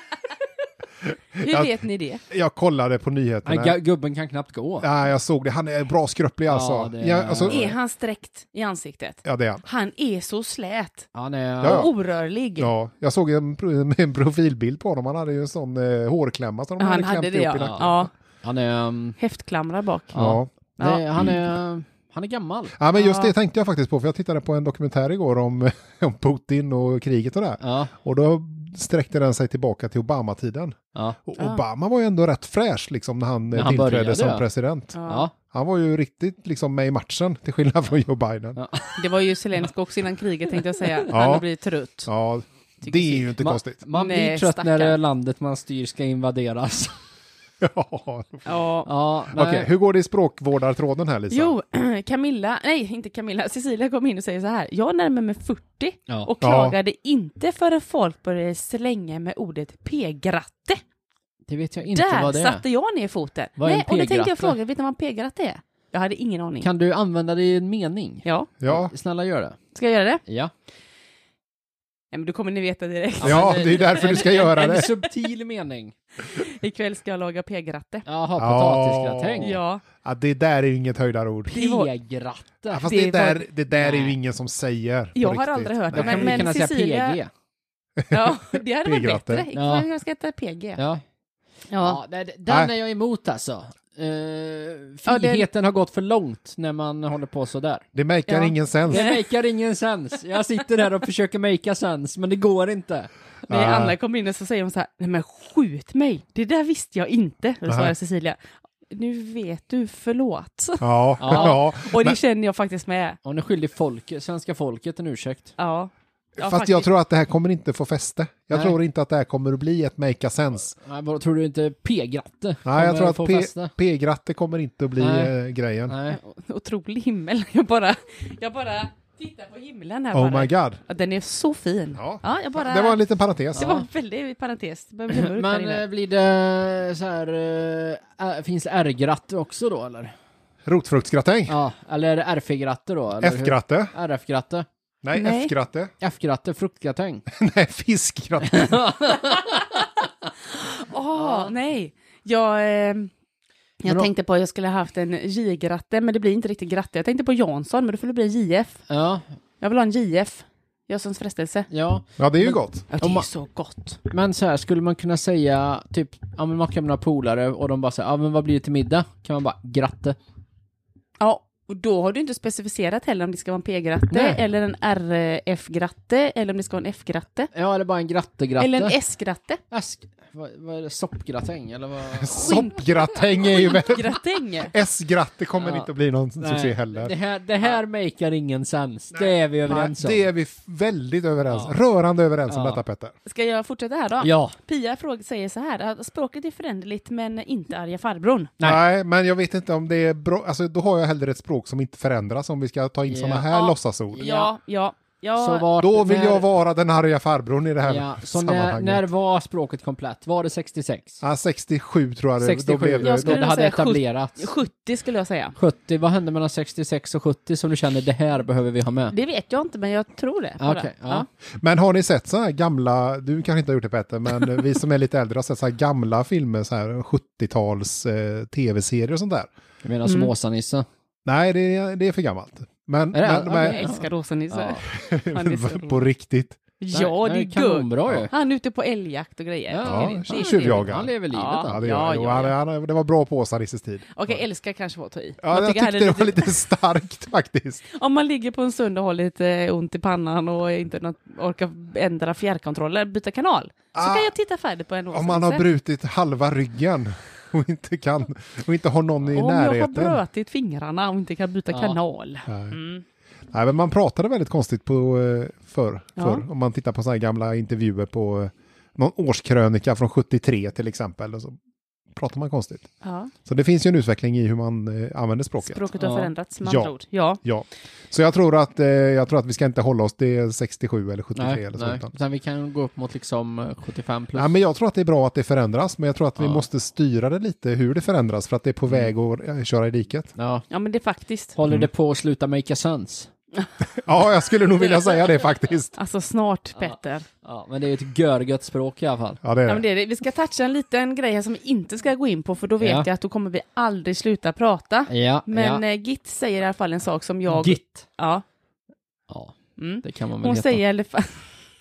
[SPEAKER 3] Hur vet ni det?
[SPEAKER 1] Jag kollade på nyheterna.
[SPEAKER 2] Nej, gubben kan knappt gå.
[SPEAKER 1] Ja, jag såg det. Han är bra skröplig alltså.
[SPEAKER 2] Ja, det är-
[SPEAKER 1] Ja, alltså...
[SPEAKER 3] Är han sträckt i ansiktet?
[SPEAKER 1] Ja, det är han.
[SPEAKER 3] Han är så slät.
[SPEAKER 2] Han är...
[SPEAKER 1] Ja.
[SPEAKER 3] Orörlig.
[SPEAKER 1] Ja, jag såg en profilbild på honom. Han hade ju en sån hårklämma som de
[SPEAKER 3] Han
[SPEAKER 1] hade
[SPEAKER 3] hade
[SPEAKER 1] klämt
[SPEAKER 3] det,
[SPEAKER 1] ihop i
[SPEAKER 3] ja.
[SPEAKER 1] nacken.
[SPEAKER 3] Ja.
[SPEAKER 2] Han är...
[SPEAKER 3] Häftklamrar bak.
[SPEAKER 1] Ja.
[SPEAKER 2] Nej, han är gammal.
[SPEAKER 1] Ja, men just
[SPEAKER 3] Ja.
[SPEAKER 1] det tänkte jag faktiskt på, för jag tittade på en dokumentär igår om Putin och kriget och det.
[SPEAKER 2] Ja.
[SPEAKER 1] Och då sträckte den sig tillbaka till Obama-tiden.
[SPEAKER 2] Ja.
[SPEAKER 1] Och Obama var ju ändå rätt fräsch liksom när han
[SPEAKER 2] han
[SPEAKER 1] tillträdde
[SPEAKER 2] började,
[SPEAKER 1] som
[SPEAKER 2] ja.
[SPEAKER 1] president.
[SPEAKER 2] Ja.
[SPEAKER 1] Han var ju riktigt liksom med i matchen, till skillnad från Joe Biden.
[SPEAKER 2] Ja.
[SPEAKER 3] Det var ju Zelenskyj också innan kriget, tänkte jag säga.
[SPEAKER 1] Ja.
[SPEAKER 3] Han har blivit trött.
[SPEAKER 1] Ja,
[SPEAKER 3] Tycker
[SPEAKER 1] det är ju inte konstigt.
[SPEAKER 2] Man blir
[SPEAKER 3] Nej,
[SPEAKER 2] trött när
[SPEAKER 3] stackarn.
[SPEAKER 2] landet man styr ska invaderas.
[SPEAKER 1] Ja.
[SPEAKER 3] Ja.
[SPEAKER 2] Ja, nej.
[SPEAKER 1] Okej, hur går det i språkvårdartråden här, Lisa?
[SPEAKER 3] Jo, Cecilia kom in och säger så här. Jag närmar mig 40
[SPEAKER 2] Ja.
[SPEAKER 3] och klagade inte förrän folk började slänga med ordet p-gratte.
[SPEAKER 2] Det vet jag inte
[SPEAKER 3] Där
[SPEAKER 2] vad det är.
[SPEAKER 3] satte jag ner foten.
[SPEAKER 2] Vad är en
[SPEAKER 3] Nej, och det tänkte jag
[SPEAKER 2] p-gratte?
[SPEAKER 3] fråga, vet ni vad p-gratte är? Jag hade ingen aning.
[SPEAKER 2] Kan du använda det i en mening?
[SPEAKER 3] Ja,
[SPEAKER 1] Ja,
[SPEAKER 2] Snälla gör det.
[SPEAKER 3] ska jag göra det?
[SPEAKER 2] Ja.
[SPEAKER 3] Ja, men då kommer ni veta direkt.
[SPEAKER 1] Ja, det är därför du ska göra
[SPEAKER 2] en
[SPEAKER 1] det.
[SPEAKER 2] En subtil mening.
[SPEAKER 3] Ikväll ska jag laga p-gratte.
[SPEAKER 2] Jaha,
[SPEAKER 1] Ja.
[SPEAKER 2] potatisgratäng.
[SPEAKER 3] Ja.
[SPEAKER 1] Ja, det där är ju inget höjdarord.
[SPEAKER 2] P-gratte.
[SPEAKER 1] Ja, fast
[SPEAKER 3] Det
[SPEAKER 1] det där är ju
[SPEAKER 2] Nej.
[SPEAKER 1] ingen som säger. på
[SPEAKER 3] Jag har
[SPEAKER 1] riktigt.
[SPEAKER 3] aldrig hört det,
[SPEAKER 2] Då kan vi
[SPEAKER 3] men
[SPEAKER 2] kunna säga
[SPEAKER 3] Cecilia...
[SPEAKER 2] PG.
[SPEAKER 3] Ja, det hade varit
[SPEAKER 1] P-gratte.
[SPEAKER 3] bättre.
[SPEAKER 2] Ja.
[SPEAKER 3] Jag ska heta PG.
[SPEAKER 2] Ja.
[SPEAKER 3] Ja.
[SPEAKER 2] Ja, den är jag emot alltså. Friheten har gått för långt när man håller på sådär.
[SPEAKER 1] Det makar
[SPEAKER 3] Ja.
[SPEAKER 1] ingen sens.
[SPEAKER 2] Det makar ingen sens. Jag sitter här och försöker makea sens, men det går inte.
[SPEAKER 3] När Anna kommer in och så säger hon så här, nej men skjut mig, det där visste jag inte. Och då
[SPEAKER 1] Aha.
[SPEAKER 3] svarar Cecilia, nu vet du, förlåt.
[SPEAKER 1] Ja,
[SPEAKER 2] Ja.
[SPEAKER 3] Och det
[SPEAKER 1] Men-
[SPEAKER 3] känner jag faktiskt med.
[SPEAKER 2] Hon är skyldig svenska folket en ursäkt.
[SPEAKER 3] Ja. Ja,
[SPEAKER 1] Fast
[SPEAKER 3] faktiskt.
[SPEAKER 1] jag tror att det här kommer inte få fäste. Jag
[SPEAKER 2] Nej.
[SPEAKER 1] tror inte att det här kommer att bli ett make a sense.
[SPEAKER 2] Nej, vad tror du inte P-gratte?
[SPEAKER 1] Nej, jag tror att
[SPEAKER 2] få fäste?
[SPEAKER 1] P-gratte kommer inte att bli
[SPEAKER 2] Nej.
[SPEAKER 1] grejen.
[SPEAKER 2] Nej.
[SPEAKER 3] Otrolig himmel. Jag bara tittar på himlen här
[SPEAKER 1] Oh
[SPEAKER 3] bara.
[SPEAKER 1] my god.
[SPEAKER 3] Ja, den är så fin.
[SPEAKER 1] Ja.
[SPEAKER 3] jag bara...
[SPEAKER 1] Det var en liten parentes.
[SPEAKER 3] Det var en väldigt parentes. Det börjar bli mörkt här inne.
[SPEAKER 2] Men blir det så här, finns det R-gratte också då eller?
[SPEAKER 1] Rotfruktsgratäng.
[SPEAKER 2] Ja, eller RF-gratte då? Eller hur?
[SPEAKER 1] F-gratte.
[SPEAKER 2] RF-gratte.
[SPEAKER 1] Nej,
[SPEAKER 3] Nej.
[SPEAKER 1] F-gratte.
[SPEAKER 2] F-gratte, fruktgratäng.
[SPEAKER 1] Nej, fiskgratte.
[SPEAKER 3] Nej. Jag
[SPEAKER 2] Men då-
[SPEAKER 3] tänkte på att jag skulle ha haft en J-gratte, men det blir inte riktigt gratte. Jag tänkte på Jansson, men då får det bli JF.
[SPEAKER 2] Ja,
[SPEAKER 3] Jag vill ha en JF. Janssons frestelse.
[SPEAKER 2] ja.
[SPEAKER 1] Ja, det är ju gott.
[SPEAKER 3] Ja, det
[SPEAKER 2] Om
[SPEAKER 3] är
[SPEAKER 2] man-
[SPEAKER 3] så gott.
[SPEAKER 2] Men så här, skulle man kunna säga typ, ja men man kan med några polare och de bara säger, ja men vad blir det till middag? Kan man bara, gratte.
[SPEAKER 3] Ja, och då har du inte specificerat heller om det ska vara en P-gratte
[SPEAKER 2] Nej.
[SPEAKER 3] eller en RF-gratte eller om det ska vara en F-gratte.
[SPEAKER 2] Ja, eller bara en gratte-gratte.
[SPEAKER 3] Eller en S-gratte.
[SPEAKER 2] Vad är det? Soppgratäng eller vad?
[SPEAKER 1] Soppgratäng är ju väl...
[SPEAKER 3] Gratäng.
[SPEAKER 1] S-gratte kommer
[SPEAKER 2] Ja.
[SPEAKER 1] inte att bli någon succé
[SPEAKER 2] Nej,
[SPEAKER 1] heller.
[SPEAKER 2] Det här makar ingen sens. Det är vi överens om.
[SPEAKER 1] Det är vi väldigt överens.
[SPEAKER 2] Ja.
[SPEAKER 1] Rörande överens om
[SPEAKER 2] Ja.
[SPEAKER 1] detta, Petter.
[SPEAKER 3] Ska jag fortsätta här då?
[SPEAKER 2] Ja.
[SPEAKER 3] Pia säger så här, att språket är föränderligt men inte arga farbrorn.
[SPEAKER 1] Nej, men jag vet inte om det är bra. Alltså, då har jag hellre ett språk som inte förändras om vi ska ta in sådana här
[SPEAKER 3] Ja.
[SPEAKER 1] låtsasord.
[SPEAKER 3] Ja.
[SPEAKER 2] Så vart,
[SPEAKER 1] Då vill
[SPEAKER 2] när,
[SPEAKER 1] jag vara den arga farbrorn i det här
[SPEAKER 2] ja, så
[SPEAKER 1] sammanhanget.
[SPEAKER 2] när var språket komplett? Var det 66?
[SPEAKER 1] Ja, 67 tror jag det
[SPEAKER 2] 67,
[SPEAKER 1] då blev
[SPEAKER 3] Jag
[SPEAKER 1] det.
[SPEAKER 3] skulle
[SPEAKER 2] det
[SPEAKER 3] nog
[SPEAKER 2] hade
[SPEAKER 3] säga
[SPEAKER 2] etablerats.
[SPEAKER 3] 70 skulle jag säga.
[SPEAKER 2] 70, vad hände mellan 66 och 70 som du känner, det här behöver vi ha med?
[SPEAKER 3] Det vet jag inte, men jag tror det. bara.
[SPEAKER 2] Okej, ja.
[SPEAKER 1] Men har ni sett så här gamla, du kanske inte har gjort det Petter, men vi som är lite äldre har sett så här gamla filmer, så här 70-tals tv-serier och sånt där.
[SPEAKER 2] Jag menar som Åsa-Nisse.
[SPEAKER 1] Nej, det är för gammalt. Men,
[SPEAKER 2] Är det?
[SPEAKER 1] men,
[SPEAKER 2] Okej.
[SPEAKER 3] Jag älskar Åsa-Nisse. Han är så
[SPEAKER 1] på riktigt.
[SPEAKER 3] Ja, det är
[SPEAKER 2] kanonbra ju.
[SPEAKER 3] Han är ute på älgjakt och grejer.
[SPEAKER 2] Ja,
[SPEAKER 3] Det är
[SPEAKER 1] tjuvjagar.
[SPEAKER 2] Han lever livet
[SPEAKER 3] Ja.
[SPEAKER 2] då.
[SPEAKER 1] Ja, det gör det. Och
[SPEAKER 3] ja.
[SPEAKER 1] det var bra på Åsa-Nisses tid.
[SPEAKER 3] Okej, älskar kanske var att ta i.
[SPEAKER 1] Ja, jag tyckte det var lite starkt faktiskt.
[SPEAKER 3] Om man ligger på en stund och har lite ont i pannan och inte orkar ändra fjärrkontroller, byta kanal, så kan jag titta färdigt på en
[SPEAKER 1] Om man har
[SPEAKER 3] Åsa-Nisse.
[SPEAKER 1] brutit halva ryggen och inte har någon i
[SPEAKER 3] Om jag har
[SPEAKER 1] närheten.
[SPEAKER 3] brötit fingrarna och inte kan byta
[SPEAKER 2] Ja.
[SPEAKER 3] kanal.
[SPEAKER 1] Nej. Nej, men man pratade väldigt konstigt på förr. Om man tittar på så här gamla intervjuer på någon årskrönika från 73 till exempel. Och så pratar man konstigt.
[SPEAKER 3] Ja.
[SPEAKER 1] Så det finns ju en utveckling i hur man använder språket.
[SPEAKER 3] Språket har
[SPEAKER 2] Ja.
[SPEAKER 3] förändrats med
[SPEAKER 1] Ja.
[SPEAKER 3] andra ord. Ja.
[SPEAKER 1] Ja. Så jag tror att vi ska inte hålla oss till 67 eller 73 eller så.
[SPEAKER 2] Nej,
[SPEAKER 1] Utan.
[SPEAKER 2] utan vi kan gå upp mot liksom 75 plus.
[SPEAKER 1] Ja, men jag tror att det är bra att det förändras, men jag tror att vi
[SPEAKER 2] Ja.
[SPEAKER 1] måste styra det lite hur det förändras för att det är på väg att köra i diket.
[SPEAKER 2] Ja.
[SPEAKER 3] Ja, men det är faktiskt.
[SPEAKER 2] Håller det på att sluta make sense?
[SPEAKER 1] Ja, jag skulle nog vilja säga det faktiskt.
[SPEAKER 3] Alltså snart, Petter.
[SPEAKER 2] Ja, men det är ju ett görgött språk i alla fall.
[SPEAKER 1] Ja, det är
[SPEAKER 3] Ja,
[SPEAKER 1] det.
[SPEAKER 3] men det är det. Vi ska toucha en liten grej här som vi inte ska gå in på, för då vet
[SPEAKER 2] Ja.
[SPEAKER 3] jag att då kommer vi aldrig sluta prata.
[SPEAKER 2] Ja,
[SPEAKER 3] Men
[SPEAKER 2] ja.
[SPEAKER 3] Git säger i alla fall en sak som jag...
[SPEAKER 2] Git.
[SPEAKER 3] Ja.
[SPEAKER 2] Ja,
[SPEAKER 3] Mm.
[SPEAKER 2] det kan man väl
[SPEAKER 3] Hon
[SPEAKER 2] heta.
[SPEAKER 3] säger i alla fall...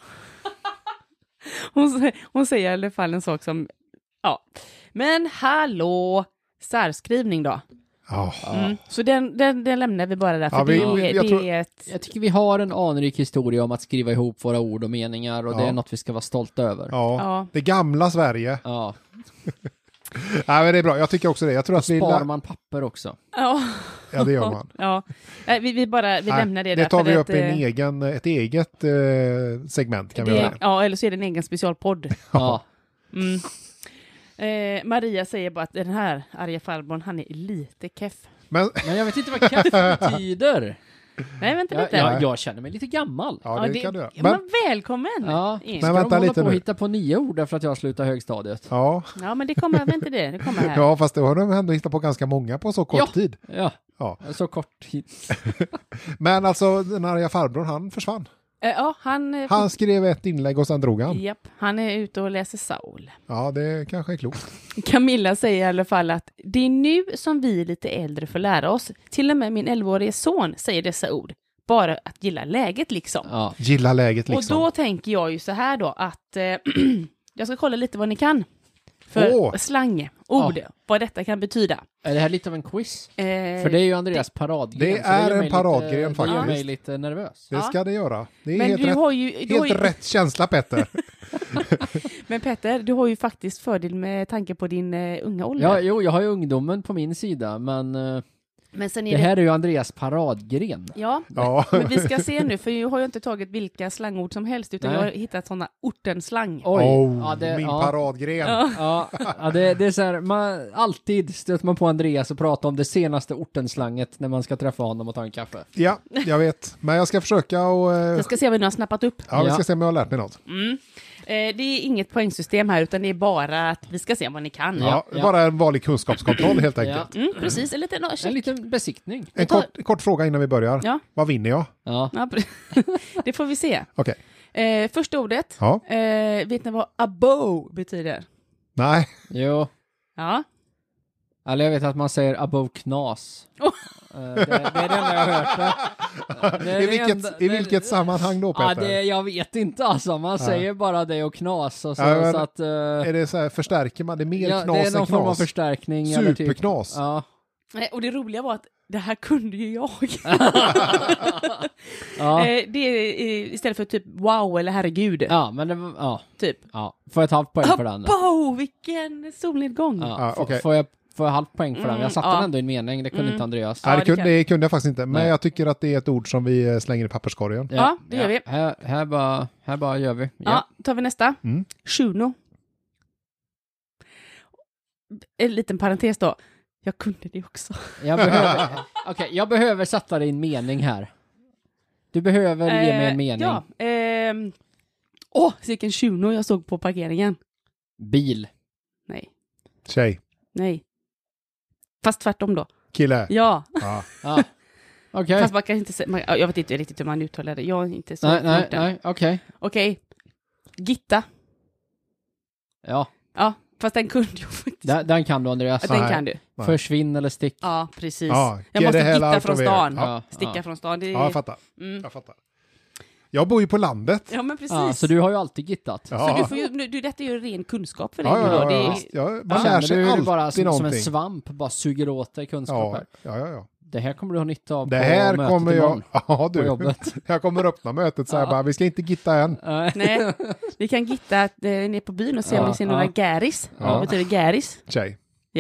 [SPEAKER 3] hon säger i alla fall en sak som... Ja. Men hallå! Särskrivning då.
[SPEAKER 1] Ja.
[SPEAKER 3] Mm. Så den lämnar vi bara där, för
[SPEAKER 1] Ja,
[SPEAKER 3] det
[SPEAKER 1] tror-
[SPEAKER 3] är ett...
[SPEAKER 2] Jag tycker vi har en anrik historia om att skriva ihop våra ord och meningar och det
[SPEAKER 1] Ja.
[SPEAKER 2] är något vi ska vara stolta över.
[SPEAKER 1] Ja.
[SPEAKER 3] Ja.
[SPEAKER 1] Det gamla Sverige.
[SPEAKER 2] Ja.
[SPEAKER 1] Nej, men det är bra. Jag tycker också det. Jag tror
[SPEAKER 2] Och
[SPEAKER 1] att vi...
[SPEAKER 2] sparar man papper också.
[SPEAKER 3] Ja.
[SPEAKER 1] Ja, det gör man.
[SPEAKER 3] Ja. Nej, vi lämnar det där.
[SPEAKER 1] det tar
[SPEAKER 3] för
[SPEAKER 1] vi
[SPEAKER 3] att,
[SPEAKER 1] upp i ett eget segment kan vi
[SPEAKER 3] det,
[SPEAKER 1] göra.
[SPEAKER 3] ja, eller så är det en egen specialpodd.
[SPEAKER 2] Ja.
[SPEAKER 3] Mm. Maria säger bara att den här arga farbrorn, han är lite keff.
[SPEAKER 1] Men
[SPEAKER 2] Men jag vet inte vad kaffe betyder.
[SPEAKER 3] Nej, vänta lite.
[SPEAKER 2] Jag känner mig lite gammal.
[SPEAKER 1] ja, det kan du göra.
[SPEAKER 3] Ja,
[SPEAKER 1] Men,
[SPEAKER 3] men välkommen!
[SPEAKER 2] Ja.
[SPEAKER 3] In.
[SPEAKER 1] Men
[SPEAKER 2] Ska
[SPEAKER 1] vänta
[SPEAKER 2] de hålla
[SPEAKER 1] lite
[SPEAKER 2] på och
[SPEAKER 1] nu.
[SPEAKER 2] hitta på nya ord därför att jag slutar högstadiet?
[SPEAKER 1] ja.
[SPEAKER 3] Ja, men det kommer, vänta det kommer här.
[SPEAKER 1] Ja, fast då har de ändå hittat på ganska många på så kort
[SPEAKER 2] Ja.
[SPEAKER 1] tid.
[SPEAKER 2] Ja,
[SPEAKER 1] Ja.
[SPEAKER 2] så kort tid.
[SPEAKER 1] Men alltså, den arga farbrorn, han försvann.
[SPEAKER 3] Ja, han...
[SPEAKER 1] Han skrev ett inlägg och sen drog han.
[SPEAKER 3] Japp, han är ute och läser Saul.
[SPEAKER 1] Ja, det kanske är klokt.
[SPEAKER 3] Camilla säger i alla fall att det är nu som vi lite äldre får lära oss. Till och med min 11-årige son säger dessa ord. Bara att gilla läget liksom.
[SPEAKER 2] Ja.
[SPEAKER 1] Gilla läget liksom.
[SPEAKER 3] Och då tänker jag ju så här då att jag ska kolla lite vad ni kan. För slang, ord, vad detta kan betyda.
[SPEAKER 2] Är det här lite av en quiz?
[SPEAKER 3] Eh,
[SPEAKER 2] För det är ju Andreas paradgren.
[SPEAKER 1] det
[SPEAKER 2] så
[SPEAKER 1] är
[SPEAKER 2] gör
[SPEAKER 1] en
[SPEAKER 2] mig
[SPEAKER 1] paradgren
[SPEAKER 2] lite, Det gör
[SPEAKER 1] faktiskt.
[SPEAKER 2] mig lite nervös.
[SPEAKER 1] Det ska det göra. Det är
[SPEAKER 3] men
[SPEAKER 1] helt,
[SPEAKER 3] du
[SPEAKER 1] rätt,
[SPEAKER 3] har ju, du har
[SPEAKER 1] helt
[SPEAKER 3] ju,
[SPEAKER 1] rätt känsla, Petter.
[SPEAKER 3] men Petter, du har ju faktiskt fördel med tanke på din unga ålder.
[SPEAKER 2] Ja, jo, jag har ju ungdomen på min sida, men
[SPEAKER 3] Men sen är
[SPEAKER 2] Det här är ju Andreas paradgren.
[SPEAKER 3] Ja,
[SPEAKER 1] Ja.
[SPEAKER 3] men vi ska se nu, för jag har ju inte tagit vilka slangord som helst, utan
[SPEAKER 2] Nej.
[SPEAKER 3] jag har hittat sådana ortenslang.
[SPEAKER 2] Oj.
[SPEAKER 1] Min paradgren.
[SPEAKER 3] Ja.
[SPEAKER 2] Ja, det är så här, alltid stöter man på Andreas och pratar om det senaste ortenslanget när man ska träffa honom och ta en kaffe.
[SPEAKER 1] Ja, jag vet. Men jag ska försöka och...
[SPEAKER 3] Jag ska se vad ni har snappat upp.
[SPEAKER 1] Ja, vi ska
[SPEAKER 2] Ja.
[SPEAKER 1] se om jag har lärt mig något.
[SPEAKER 3] Det är inget poängsystem här, utan det är bara att vi ska se vad ni kan.
[SPEAKER 1] Ja,
[SPEAKER 2] Ja.
[SPEAKER 1] bara en vanlig kunskapskontroll helt enkelt.
[SPEAKER 3] Precis, en liten
[SPEAKER 2] En
[SPEAKER 3] check.
[SPEAKER 2] liten besiktning.
[SPEAKER 1] En kort fråga innan vi börjar.
[SPEAKER 3] Ja.
[SPEAKER 1] Vad vinner jag?
[SPEAKER 2] Ja.
[SPEAKER 3] Ja, det får vi se.
[SPEAKER 1] Okej.
[SPEAKER 3] Första ordet.
[SPEAKER 1] Ja.
[SPEAKER 3] Vet ni vad above betyder?
[SPEAKER 1] Nej.
[SPEAKER 2] Jo.
[SPEAKER 3] Ja.
[SPEAKER 2] Eller jag vet att man säger above knas. Det är det enda jag har hört. Det är
[SPEAKER 1] I vilket sammanhang då,
[SPEAKER 2] Ja,
[SPEAKER 1] Peter?
[SPEAKER 2] jag vet inte alltså. Man säger bara det och knas. Och så,
[SPEAKER 1] Ja, men
[SPEAKER 2] så att,
[SPEAKER 1] Är det så här, förstärker man det mer
[SPEAKER 2] ja,
[SPEAKER 1] knas
[SPEAKER 2] det är
[SPEAKER 1] än
[SPEAKER 2] någon form av
[SPEAKER 1] knas?
[SPEAKER 2] förstärkning. Eller typ.
[SPEAKER 1] Superknas.
[SPEAKER 2] Ja.
[SPEAKER 3] Och det roliga var att det här kunde ju jag.
[SPEAKER 2] Ja.
[SPEAKER 3] Det är istället för typ wow eller herregud.
[SPEAKER 2] Ja, men det var, ja.
[SPEAKER 3] Typ.
[SPEAKER 2] Ja. Får jag ett halvt poäng för den?
[SPEAKER 3] Wow, vilken solnedgång.
[SPEAKER 2] Ja.
[SPEAKER 1] Ja, okej.
[SPEAKER 2] Får jag halvt poäng för den? Jag satte
[SPEAKER 3] ja.
[SPEAKER 2] den ändå i en mening. Det kunde inte Andreas.
[SPEAKER 3] Ja,
[SPEAKER 1] Nej,
[SPEAKER 3] det kan.
[SPEAKER 1] det kunde jag faktiskt inte. Men
[SPEAKER 2] Nej.
[SPEAKER 1] jag tycker att det är ett ord som vi slänger i papperskorgen.
[SPEAKER 3] Ja, det gör vi.
[SPEAKER 2] Här bara gör vi.
[SPEAKER 3] Ja, tar vi nästa.
[SPEAKER 1] Mm.
[SPEAKER 3] Shuno. En liten parentes då. Jag kunde det också.
[SPEAKER 2] Jag behöver sätta dig i en mening här. Du behöver ge mig en mening.
[SPEAKER 3] Ja. Vilken Shuno jag såg på parkeringen.
[SPEAKER 2] Bil.
[SPEAKER 3] Nej.
[SPEAKER 1] Tjej.
[SPEAKER 3] Nej. Fast tvärtom då.
[SPEAKER 1] Kille.
[SPEAKER 3] Ja.
[SPEAKER 1] Ja.
[SPEAKER 2] Ja. Okej.
[SPEAKER 3] Fast man kan inte säga, jag vet inte riktigt hur man uttalar det. Jag är inte så.
[SPEAKER 2] Nej, okej.
[SPEAKER 3] Okej. Gitta.
[SPEAKER 2] Ja,
[SPEAKER 3] Ja, fast den kunde jag faktiskt.
[SPEAKER 2] den kan du Andreas.
[SPEAKER 3] Den
[SPEAKER 1] Nej.
[SPEAKER 3] kan du.
[SPEAKER 1] Nej.
[SPEAKER 2] Försvinn eller stick.
[SPEAKER 3] Ja, precis.
[SPEAKER 1] Ja,
[SPEAKER 3] Jag
[SPEAKER 1] get
[SPEAKER 3] måste
[SPEAKER 1] the hell
[SPEAKER 3] gitta
[SPEAKER 1] out
[SPEAKER 3] från
[SPEAKER 1] of here.
[SPEAKER 3] stan.
[SPEAKER 1] Ja.
[SPEAKER 3] Sticka från stan. Det är...
[SPEAKER 1] Ja, jag fattar.
[SPEAKER 3] Mm.
[SPEAKER 1] Jag fattar. Jag bor ju på landet.
[SPEAKER 3] Ja, men precis.
[SPEAKER 2] Ja, så du har ju alltid gittat.
[SPEAKER 1] Ja.
[SPEAKER 3] Så du får ju, detta är ju ren kunskap för dig.
[SPEAKER 1] Ja,
[SPEAKER 3] då.
[SPEAKER 1] ja,
[SPEAKER 3] Det
[SPEAKER 1] ja,
[SPEAKER 3] är,
[SPEAKER 1] visst. Ja, man lär
[SPEAKER 2] Känner
[SPEAKER 1] sig
[SPEAKER 2] du hur du
[SPEAKER 1] alltid
[SPEAKER 2] bara som en
[SPEAKER 1] någonting.
[SPEAKER 2] svamp bara suger åt dig kunskap
[SPEAKER 1] Ja,
[SPEAKER 2] här?
[SPEAKER 1] ja.
[SPEAKER 2] Det här kommer du ha nytta av
[SPEAKER 1] Det
[SPEAKER 2] på
[SPEAKER 1] här
[SPEAKER 2] mötet
[SPEAKER 1] kommer jag...
[SPEAKER 2] imorgon.
[SPEAKER 1] Ja,
[SPEAKER 2] På
[SPEAKER 1] du.
[SPEAKER 2] jobbet.
[SPEAKER 1] Jag kommer öppna mötet så här bara, vi ska inte gitta än.
[SPEAKER 3] Nej, vi kan gitta ner på byn och se om
[SPEAKER 2] Ja,
[SPEAKER 3] vi ser några
[SPEAKER 2] ja.
[SPEAKER 3] garis.
[SPEAKER 1] Ja.
[SPEAKER 3] Vad betyder garis?
[SPEAKER 1] Tjej.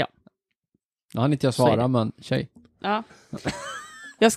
[SPEAKER 2] Nu hann inte jag
[SPEAKER 3] Så är
[SPEAKER 2] svara,
[SPEAKER 3] det.
[SPEAKER 2] men tjej.
[SPEAKER 3] Ja. Jag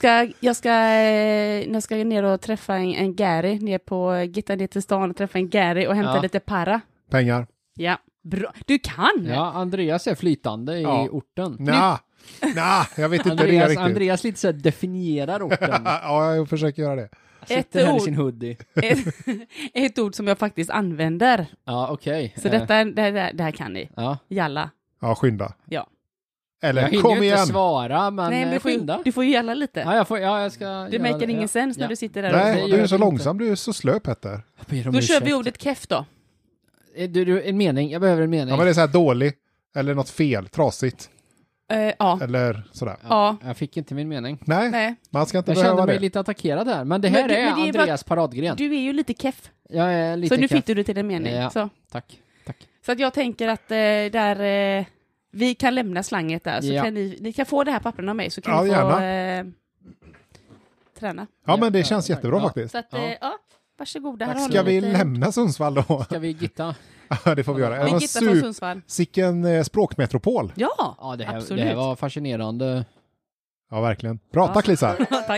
[SPEAKER 3] ska ner och träffa en gari, gitta ner till stan och träffa en gari och hämta
[SPEAKER 2] Ja.
[SPEAKER 3] lite para.
[SPEAKER 1] Pengar.
[SPEAKER 3] Ja, bra. Du kan!
[SPEAKER 2] Ja, Andreas är flytande
[SPEAKER 1] Ja.
[SPEAKER 2] i orten.
[SPEAKER 1] Nja, jag vet inte det riktigt.
[SPEAKER 2] Andreas lite så här definierar orten.
[SPEAKER 1] Ja, jag försöker göra det.
[SPEAKER 2] Sitter här i
[SPEAKER 3] ord.
[SPEAKER 2] sin hoodie.
[SPEAKER 3] Ett ord som jag faktiskt använder.
[SPEAKER 2] Ja, okej.
[SPEAKER 3] Så det här kan ni.
[SPEAKER 2] Ja.
[SPEAKER 3] Jalla.
[SPEAKER 1] Ja, skynda.
[SPEAKER 3] Ja.
[SPEAKER 1] Eller
[SPEAKER 2] Jag hinner
[SPEAKER 1] kom
[SPEAKER 2] ju inte
[SPEAKER 1] igen.
[SPEAKER 2] svara, men
[SPEAKER 3] Nej, men
[SPEAKER 2] skynda.
[SPEAKER 3] du får ju jalla lite.
[SPEAKER 2] Jag ska
[SPEAKER 3] Det
[SPEAKER 2] göra
[SPEAKER 3] märker ingen sens när
[SPEAKER 2] Ja.
[SPEAKER 3] du sitter där.
[SPEAKER 1] Nej,
[SPEAKER 2] det
[SPEAKER 1] du är
[SPEAKER 2] gör
[SPEAKER 1] så
[SPEAKER 2] jag
[SPEAKER 1] långsam, du är så slö Petter.
[SPEAKER 2] Jag ber om
[SPEAKER 3] Då kör
[SPEAKER 2] ursäkt.
[SPEAKER 3] vi ordet keff då.
[SPEAKER 2] Du, en mening. Jag behöver en mening.
[SPEAKER 1] Ja, men det är så här dålig. Eller något fel, trasigt.
[SPEAKER 3] Ja.
[SPEAKER 1] Eller sådär.
[SPEAKER 3] Ja.
[SPEAKER 2] Jag fick inte min mening.
[SPEAKER 1] Nej,
[SPEAKER 3] Nej.
[SPEAKER 1] man ska inte
[SPEAKER 2] Jag
[SPEAKER 1] behöva
[SPEAKER 2] kände mig
[SPEAKER 1] det.
[SPEAKER 2] lite attackerad här, men det
[SPEAKER 3] Men
[SPEAKER 2] här
[SPEAKER 3] du-
[SPEAKER 2] är
[SPEAKER 3] men det är bara-
[SPEAKER 2] Andreas paradgren.
[SPEAKER 3] Du är ju lite keff.
[SPEAKER 2] Jag är lite
[SPEAKER 3] Så nu
[SPEAKER 2] kaff.
[SPEAKER 3] fick du det till en mening.
[SPEAKER 2] Ja.
[SPEAKER 3] Så.
[SPEAKER 2] Tack.
[SPEAKER 3] Så att jag tänker att vi kan lämna slanget där. Så
[SPEAKER 2] Ja.
[SPEAKER 3] kan ni kan få det här pappren av mig så kan
[SPEAKER 1] Ja,
[SPEAKER 3] ni få
[SPEAKER 1] gärna.
[SPEAKER 3] träna.
[SPEAKER 1] Ja, men det känns
[SPEAKER 2] tack.
[SPEAKER 1] jättebra
[SPEAKER 2] Ja.
[SPEAKER 1] faktiskt.
[SPEAKER 3] Så att,
[SPEAKER 2] Ja.
[SPEAKER 3] varsågoda. Här har
[SPEAKER 1] Ska
[SPEAKER 3] ni
[SPEAKER 1] vi
[SPEAKER 3] lite...
[SPEAKER 1] lämna Sundsvall då?
[SPEAKER 2] Ska vi gitta?
[SPEAKER 1] Ja, det får vi göra.
[SPEAKER 3] Vi
[SPEAKER 1] Det var
[SPEAKER 3] gittar från Sundsvall.
[SPEAKER 1] Sicken språkmetropol.
[SPEAKER 3] Ja,
[SPEAKER 2] Ja, det
[SPEAKER 3] absolut.
[SPEAKER 2] här var fascinerande.
[SPEAKER 1] Ja, verkligen. Bra,
[SPEAKER 3] Ja.
[SPEAKER 1] tack Lisa.
[SPEAKER 3] Tack.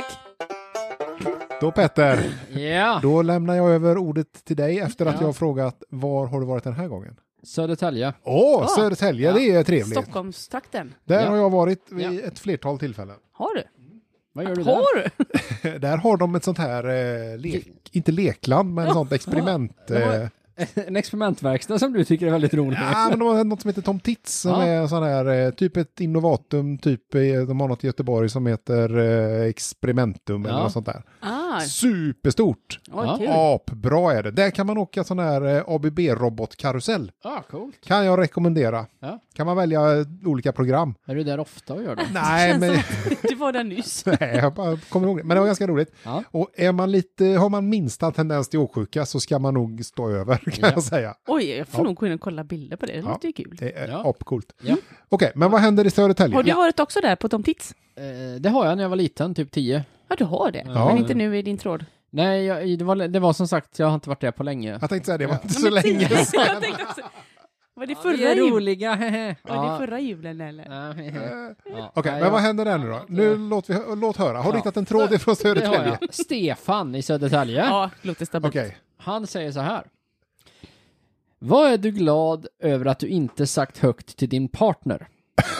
[SPEAKER 1] Då Petter,
[SPEAKER 2] Ja,
[SPEAKER 1] då lämnar jag över ordet till dig efter att
[SPEAKER 2] Ja.
[SPEAKER 1] jag har frågat var har du varit den här gången?
[SPEAKER 2] Södertälje.
[SPEAKER 1] Åh, Södertälje,
[SPEAKER 2] Ja.
[SPEAKER 1] det är trevligt.
[SPEAKER 3] Stockholmstrakten.
[SPEAKER 1] Där
[SPEAKER 2] Ja.
[SPEAKER 1] har jag varit vid
[SPEAKER 2] Ja.
[SPEAKER 1] ett flertal tillfällen.
[SPEAKER 3] Har du?
[SPEAKER 2] Vad gör du där?
[SPEAKER 3] Har du?
[SPEAKER 1] Där har de ett sånt här, inte lekland, men sånt experiment.
[SPEAKER 2] Det var- En experimentverkstad som du tycker är väldigt rolig.
[SPEAKER 1] Ja, men de har något som heter Tom Tits som
[SPEAKER 2] Ja.
[SPEAKER 1] är sån här, typ ett innovatum, de har något i Göteborg som heter Experimentum eller
[SPEAKER 2] Ja.
[SPEAKER 1] något sånt där.
[SPEAKER 3] Ah,
[SPEAKER 1] Superstort!
[SPEAKER 3] oj,
[SPEAKER 2] Ja.
[SPEAKER 3] kul.
[SPEAKER 1] Apbra är det. Där kan man åka sån här ABB-robotkarusell.
[SPEAKER 2] Coolt.
[SPEAKER 1] Kan jag rekommendera.
[SPEAKER 2] Ja.
[SPEAKER 1] Kan man välja olika program.
[SPEAKER 2] Är du där ofta och gör det?
[SPEAKER 1] Nej,
[SPEAKER 3] Känns
[SPEAKER 1] men
[SPEAKER 3] som att du var där nyss.
[SPEAKER 1] nej, jag bara kommer ihåg det. Men det var ganska roligt.
[SPEAKER 2] Ja.
[SPEAKER 1] Och har man minsta tendens till åksjuka så ska man nog stå över, kan
[SPEAKER 2] Ja.
[SPEAKER 1] jag säga.
[SPEAKER 3] Oj, jag får
[SPEAKER 1] Ja.
[SPEAKER 3] nog gå in och kolla bilder på det. Det
[SPEAKER 1] Ja.
[SPEAKER 3] låter ju kul.
[SPEAKER 1] Det är
[SPEAKER 2] Ja.
[SPEAKER 1] apcoolt.
[SPEAKER 2] Ja.
[SPEAKER 1] Okej, men vad händer i Södertälje?
[SPEAKER 3] Har du
[SPEAKER 2] Ja.
[SPEAKER 3] varit också där på Tom Tits?
[SPEAKER 2] Det har jag när jag var liten, typ 10.
[SPEAKER 3] Ja, du har det.
[SPEAKER 1] Ja.
[SPEAKER 3] Men inte nu i din tråd.
[SPEAKER 2] Nej, det var som sagt, jag har inte varit där på länge.
[SPEAKER 1] Jag tänkte säga det var inte
[SPEAKER 3] Ja,
[SPEAKER 1] så
[SPEAKER 3] men
[SPEAKER 1] länge
[SPEAKER 3] tio.
[SPEAKER 1] sedan.
[SPEAKER 3] Jag tänkte också. Var det
[SPEAKER 2] Vi
[SPEAKER 3] förra
[SPEAKER 2] är
[SPEAKER 3] julen?
[SPEAKER 2] roliga.
[SPEAKER 3] Var det förra julen eller?
[SPEAKER 2] Ja.
[SPEAKER 1] Okej,
[SPEAKER 2] Nej,
[SPEAKER 1] men vad händer där nu då? Nu låt höra. Har du hittat en tråd ifrån
[SPEAKER 2] Det har
[SPEAKER 1] Södertälje?
[SPEAKER 2] jag. Stefan i Södertälje.
[SPEAKER 3] Ja, låter stabilt.
[SPEAKER 1] Okej.
[SPEAKER 2] Han säger så här. Vad är du glad över att du inte sagt högt till din partner?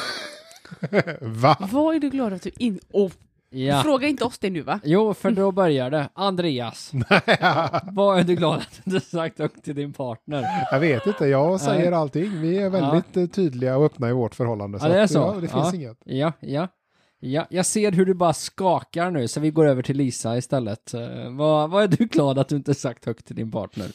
[SPEAKER 1] Va?
[SPEAKER 3] Vad är du glad att du
[SPEAKER 2] Ja.
[SPEAKER 3] Fråga inte oss det nu va?
[SPEAKER 2] Jo, för då börjar det. Andreas. Vad är du glad att du inte sagt högt till din partner?
[SPEAKER 1] Jag vet inte, jag säger allting. Vi är väldigt tydliga och öppna i vårt förhållande.
[SPEAKER 2] Ja, det är så.
[SPEAKER 1] Ja, det finns inget.
[SPEAKER 2] Ja, jag ser hur du bara skakar nu, så vi går över till Lisa istället. Vad är du glad att du inte sagt högt till din partner?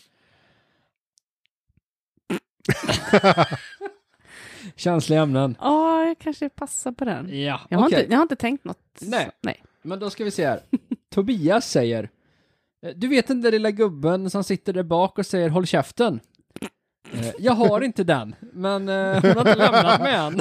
[SPEAKER 2] Känsliga ämnen.
[SPEAKER 3] Ja, jag kanske passar på den.
[SPEAKER 2] Ja,
[SPEAKER 3] Jag har,
[SPEAKER 2] okej.
[SPEAKER 3] jag har inte tänkt något.
[SPEAKER 2] Nej. Men då ska vi se här. Tobias säger: du vet den där lilla gubben som sitter där bak och säger håll käften? Jag har inte den, men hon har inte lämnat mig än.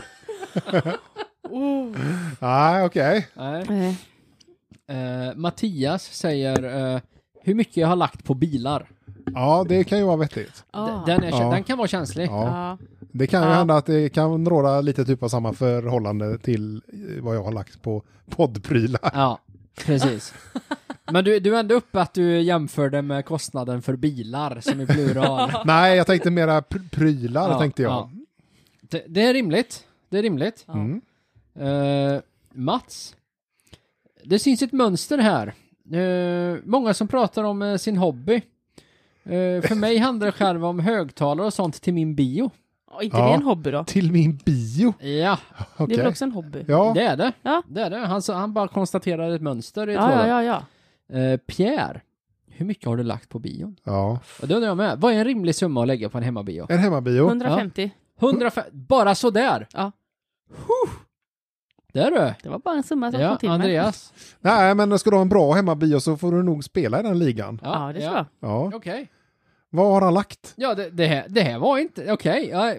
[SPEAKER 1] Nej, okej.
[SPEAKER 2] Nej. Mattias säger hur mycket jag har lagt på bilar.
[SPEAKER 1] Ja, det kan ju vara vettigt.
[SPEAKER 2] Den kan vara känslig.
[SPEAKER 1] Ja. Det kan ju hända att det kan råda lite typ av samma förhållande till vad jag har lagt på poddprylar.
[SPEAKER 2] Ja, precis. Men du är ändå uppe att du jämförde med kostnaden för bilar som i plural.
[SPEAKER 1] Nej, jag tänkte mera prylar, tänkte jag.
[SPEAKER 2] Ja. Det är rimligt. Det är rimligt.
[SPEAKER 1] Mm.
[SPEAKER 2] Mats, det syns ett mönster här. Många som pratar om sin hobby. För mig handlar det själv om högtalare och sånt till min bio.
[SPEAKER 3] Inte det är en hobby då?
[SPEAKER 1] Till min bio?
[SPEAKER 2] Ja,
[SPEAKER 3] Det är
[SPEAKER 1] Okej.
[SPEAKER 3] väl också en hobby?
[SPEAKER 1] Ja,
[SPEAKER 2] det är det.
[SPEAKER 3] Ja.
[SPEAKER 2] Det är det. Han bara konstaterar ett mönster i tråden.
[SPEAKER 3] Ja.
[SPEAKER 2] Pierre, hur mycket har du lagt på bion?
[SPEAKER 1] ja.
[SPEAKER 2] Och det undrar jag med. Vad är en rimlig summa att lägga på en hemmabio?
[SPEAKER 1] En hemmabio.
[SPEAKER 3] 150.
[SPEAKER 2] 105, bara sådär?
[SPEAKER 3] Ja.
[SPEAKER 2] Där du.
[SPEAKER 3] Det var bara en summa som
[SPEAKER 2] Ja,
[SPEAKER 3] kom till mig.
[SPEAKER 2] Andreas.
[SPEAKER 1] Nej, men ska du ha en bra hemmabio så får du nog spela i den ligan.
[SPEAKER 3] Ja, det tror jag.
[SPEAKER 1] Ja.
[SPEAKER 2] Okej.
[SPEAKER 1] Vad har han lagt?
[SPEAKER 2] Ja, det här var inte... Okej. Ja,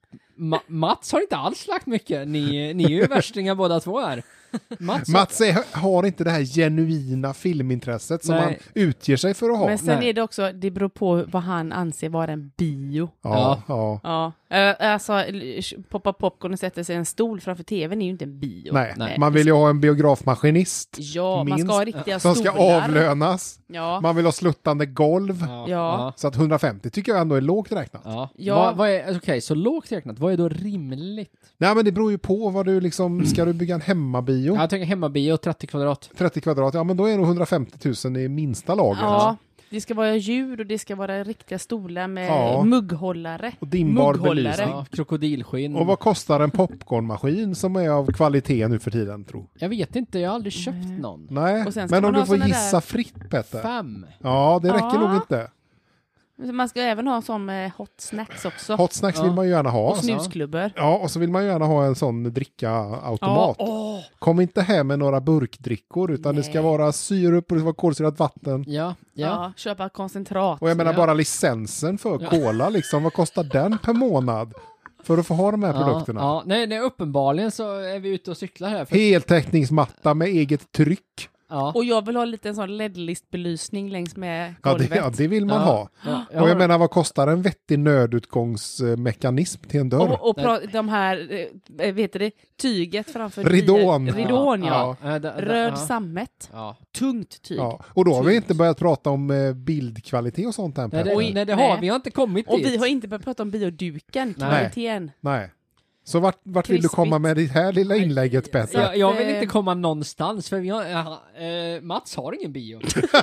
[SPEAKER 2] Mats har inte alls lagt mycket. Ni är ju värstingar båda två här.
[SPEAKER 1] Mats har inte det här genuina filmintresset som
[SPEAKER 2] Nej.
[SPEAKER 1] han utger sig för att ha.
[SPEAKER 3] Men sen
[SPEAKER 2] Nej.
[SPEAKER 3] är det också, det beror på vad han anser vara en bio.
[SPEAKER 1] Ja.
[SPEAKER 3] Ja. Alltså, poppa popcorn och sätta sig i en stol framför tvn är ju inte en bio.
[SPEAKER 1] Nej, man vill ju ha en biografmaskinist.
[SPEAKER 3] Ja, man ska ha riktiga
[SPEAKER 1] som
[SPEAKER 3] stolar.
[SPEAKER 1] ska avlönas.
[SPEAKER 3] Ja.
[SPEAKER 1] Man vill ha sluttande golv.
[SPEAKER 3] Ja.
[SPEAKER 1] Så att 150 tycker jag ändå är lågt räknat.
[SPEAKER 3] Ja.
[SPEAKER 2] Vad är... Okej, så lågt räknat. Vad är då rimligt?
[SPEAKER 1] Nej, men det beror ju på vad du liksom... Ska du bygga en hemmabio?
[SPEAKER 2] Jag tänker hemmabio 30 kvadrat.
[SPEAKER 1] 30 kvadrat, ja men då är nog 150 000 i minsta laget.
[SPEAKER 3] Ja, det ska vara ljud och det ska vara riktiga stolar med mugghållare.
[SPEAKER 1] Och dimbar
[SPEAKER 3] Mugghållare.
[SPEAKER 1] belysning.
[SPEAKER 2] Ja, krokodilskinn.
[SPEAKER 1] Och vad kostar en popcornmaskin som är av kvalitet nu för tiden, tro?
[SPEAKER 2] Jag vet inte, jag har aldrig köpt någon.
[SPEAKER 1] Nej,
[SPEAKER 3] Och sen ska
[SPEAKER 1] men om
[SPEAKER 3] man
[SPEAKER 1] du
[SPEAKER 3] ha
[SPEAKER 1] får
[SPEAKER 3] såna
[SPEAKER 1] gissa
[SPEAKER 3] där-
[SPEAKER 1] fritt, Petter.
[SPEAKER 2] 5.
[SPEAKER 1] Ja, det räcker
[SPEAKER 3] Ja.
[SPEAKER 1] nog inte.
[SPEAKER 3] Man ska även ha en sån med hot snacks också.
[SPEAKER 1] Hot snacks vill man ju gärna ha.
[SPEAKER 3] och snusklubbor.
[SPEAKER 1] Ja, och så vill man ju gärna ha en sån dricka-automat.
[SPEAKER 3] Ja,
[SPEAKER 1] Kom inte hem med några burkdrickor, utan det ska vara syrup och det ska vara kolsyrat vatten.
[SPEAKER 2] Ja.
[SPEAKER 3] köpa koncentrat.
[SPEAKER 1] Och jag menar
[SPEAKER 2] Ja.
[SPEAKER 1] bara licensen för cola, liksom, vad kostar den per månad? För att få ha de här produkterna.
[SPEAKER 2] Ja. Nej, uppenbarligen så är vi ute och cyklar här.
[SPEAKER 1] Heltäckningsmatta med eget tryck.
[SPEAKER 2] Ja.
[SPEAKER 3] Och jag vill ha lite en sån LED-listbelysning längs med
[SPEAKER 1] Ja,
[SPEAKER 3] golvet.
[SPEAKER 1] det vill man ha.
[SPEAKER 2] Ja.
[SPEAKER 1] Och jag menar, vad kostar en vettig nödutgångsmekanism till en dörr?
[SPEAKER 3] Och de här, vet du det, tyget framför
[SPEAKER 1] Ridån.
[SPEAKER 3] Ridån, ja. Röd
[SPEAKER 2] Ja.
[SPEAKER 3] sammet.
[SPEAKER 2] Ja.
[SPEAKER 3] Tungt tyg.
[SPEAKER 1] Ja. Och då har vi inte börjat prata om bildkvalitet och sånt än.
[SPEAKER 2] Nej,
[SPEAKER 1] Petter.
[SPEAKER 2] det har vi har inte kommit
[SPEAKER 3] Och
[SPEAKER 2] dit.
[SPEAKER 3] vi har inte börjat prata om bioduken, kvaliteten.
[SPEAKER 1] Nej. Så vart vill du
[SPEAKER 3] Krispigt.
[SPEAKER 1] komma med det här lilla inlägget, Petter?
[SPEAKER 2] Jag vill inte komma någonstans för vi har, Mats har ingen bio.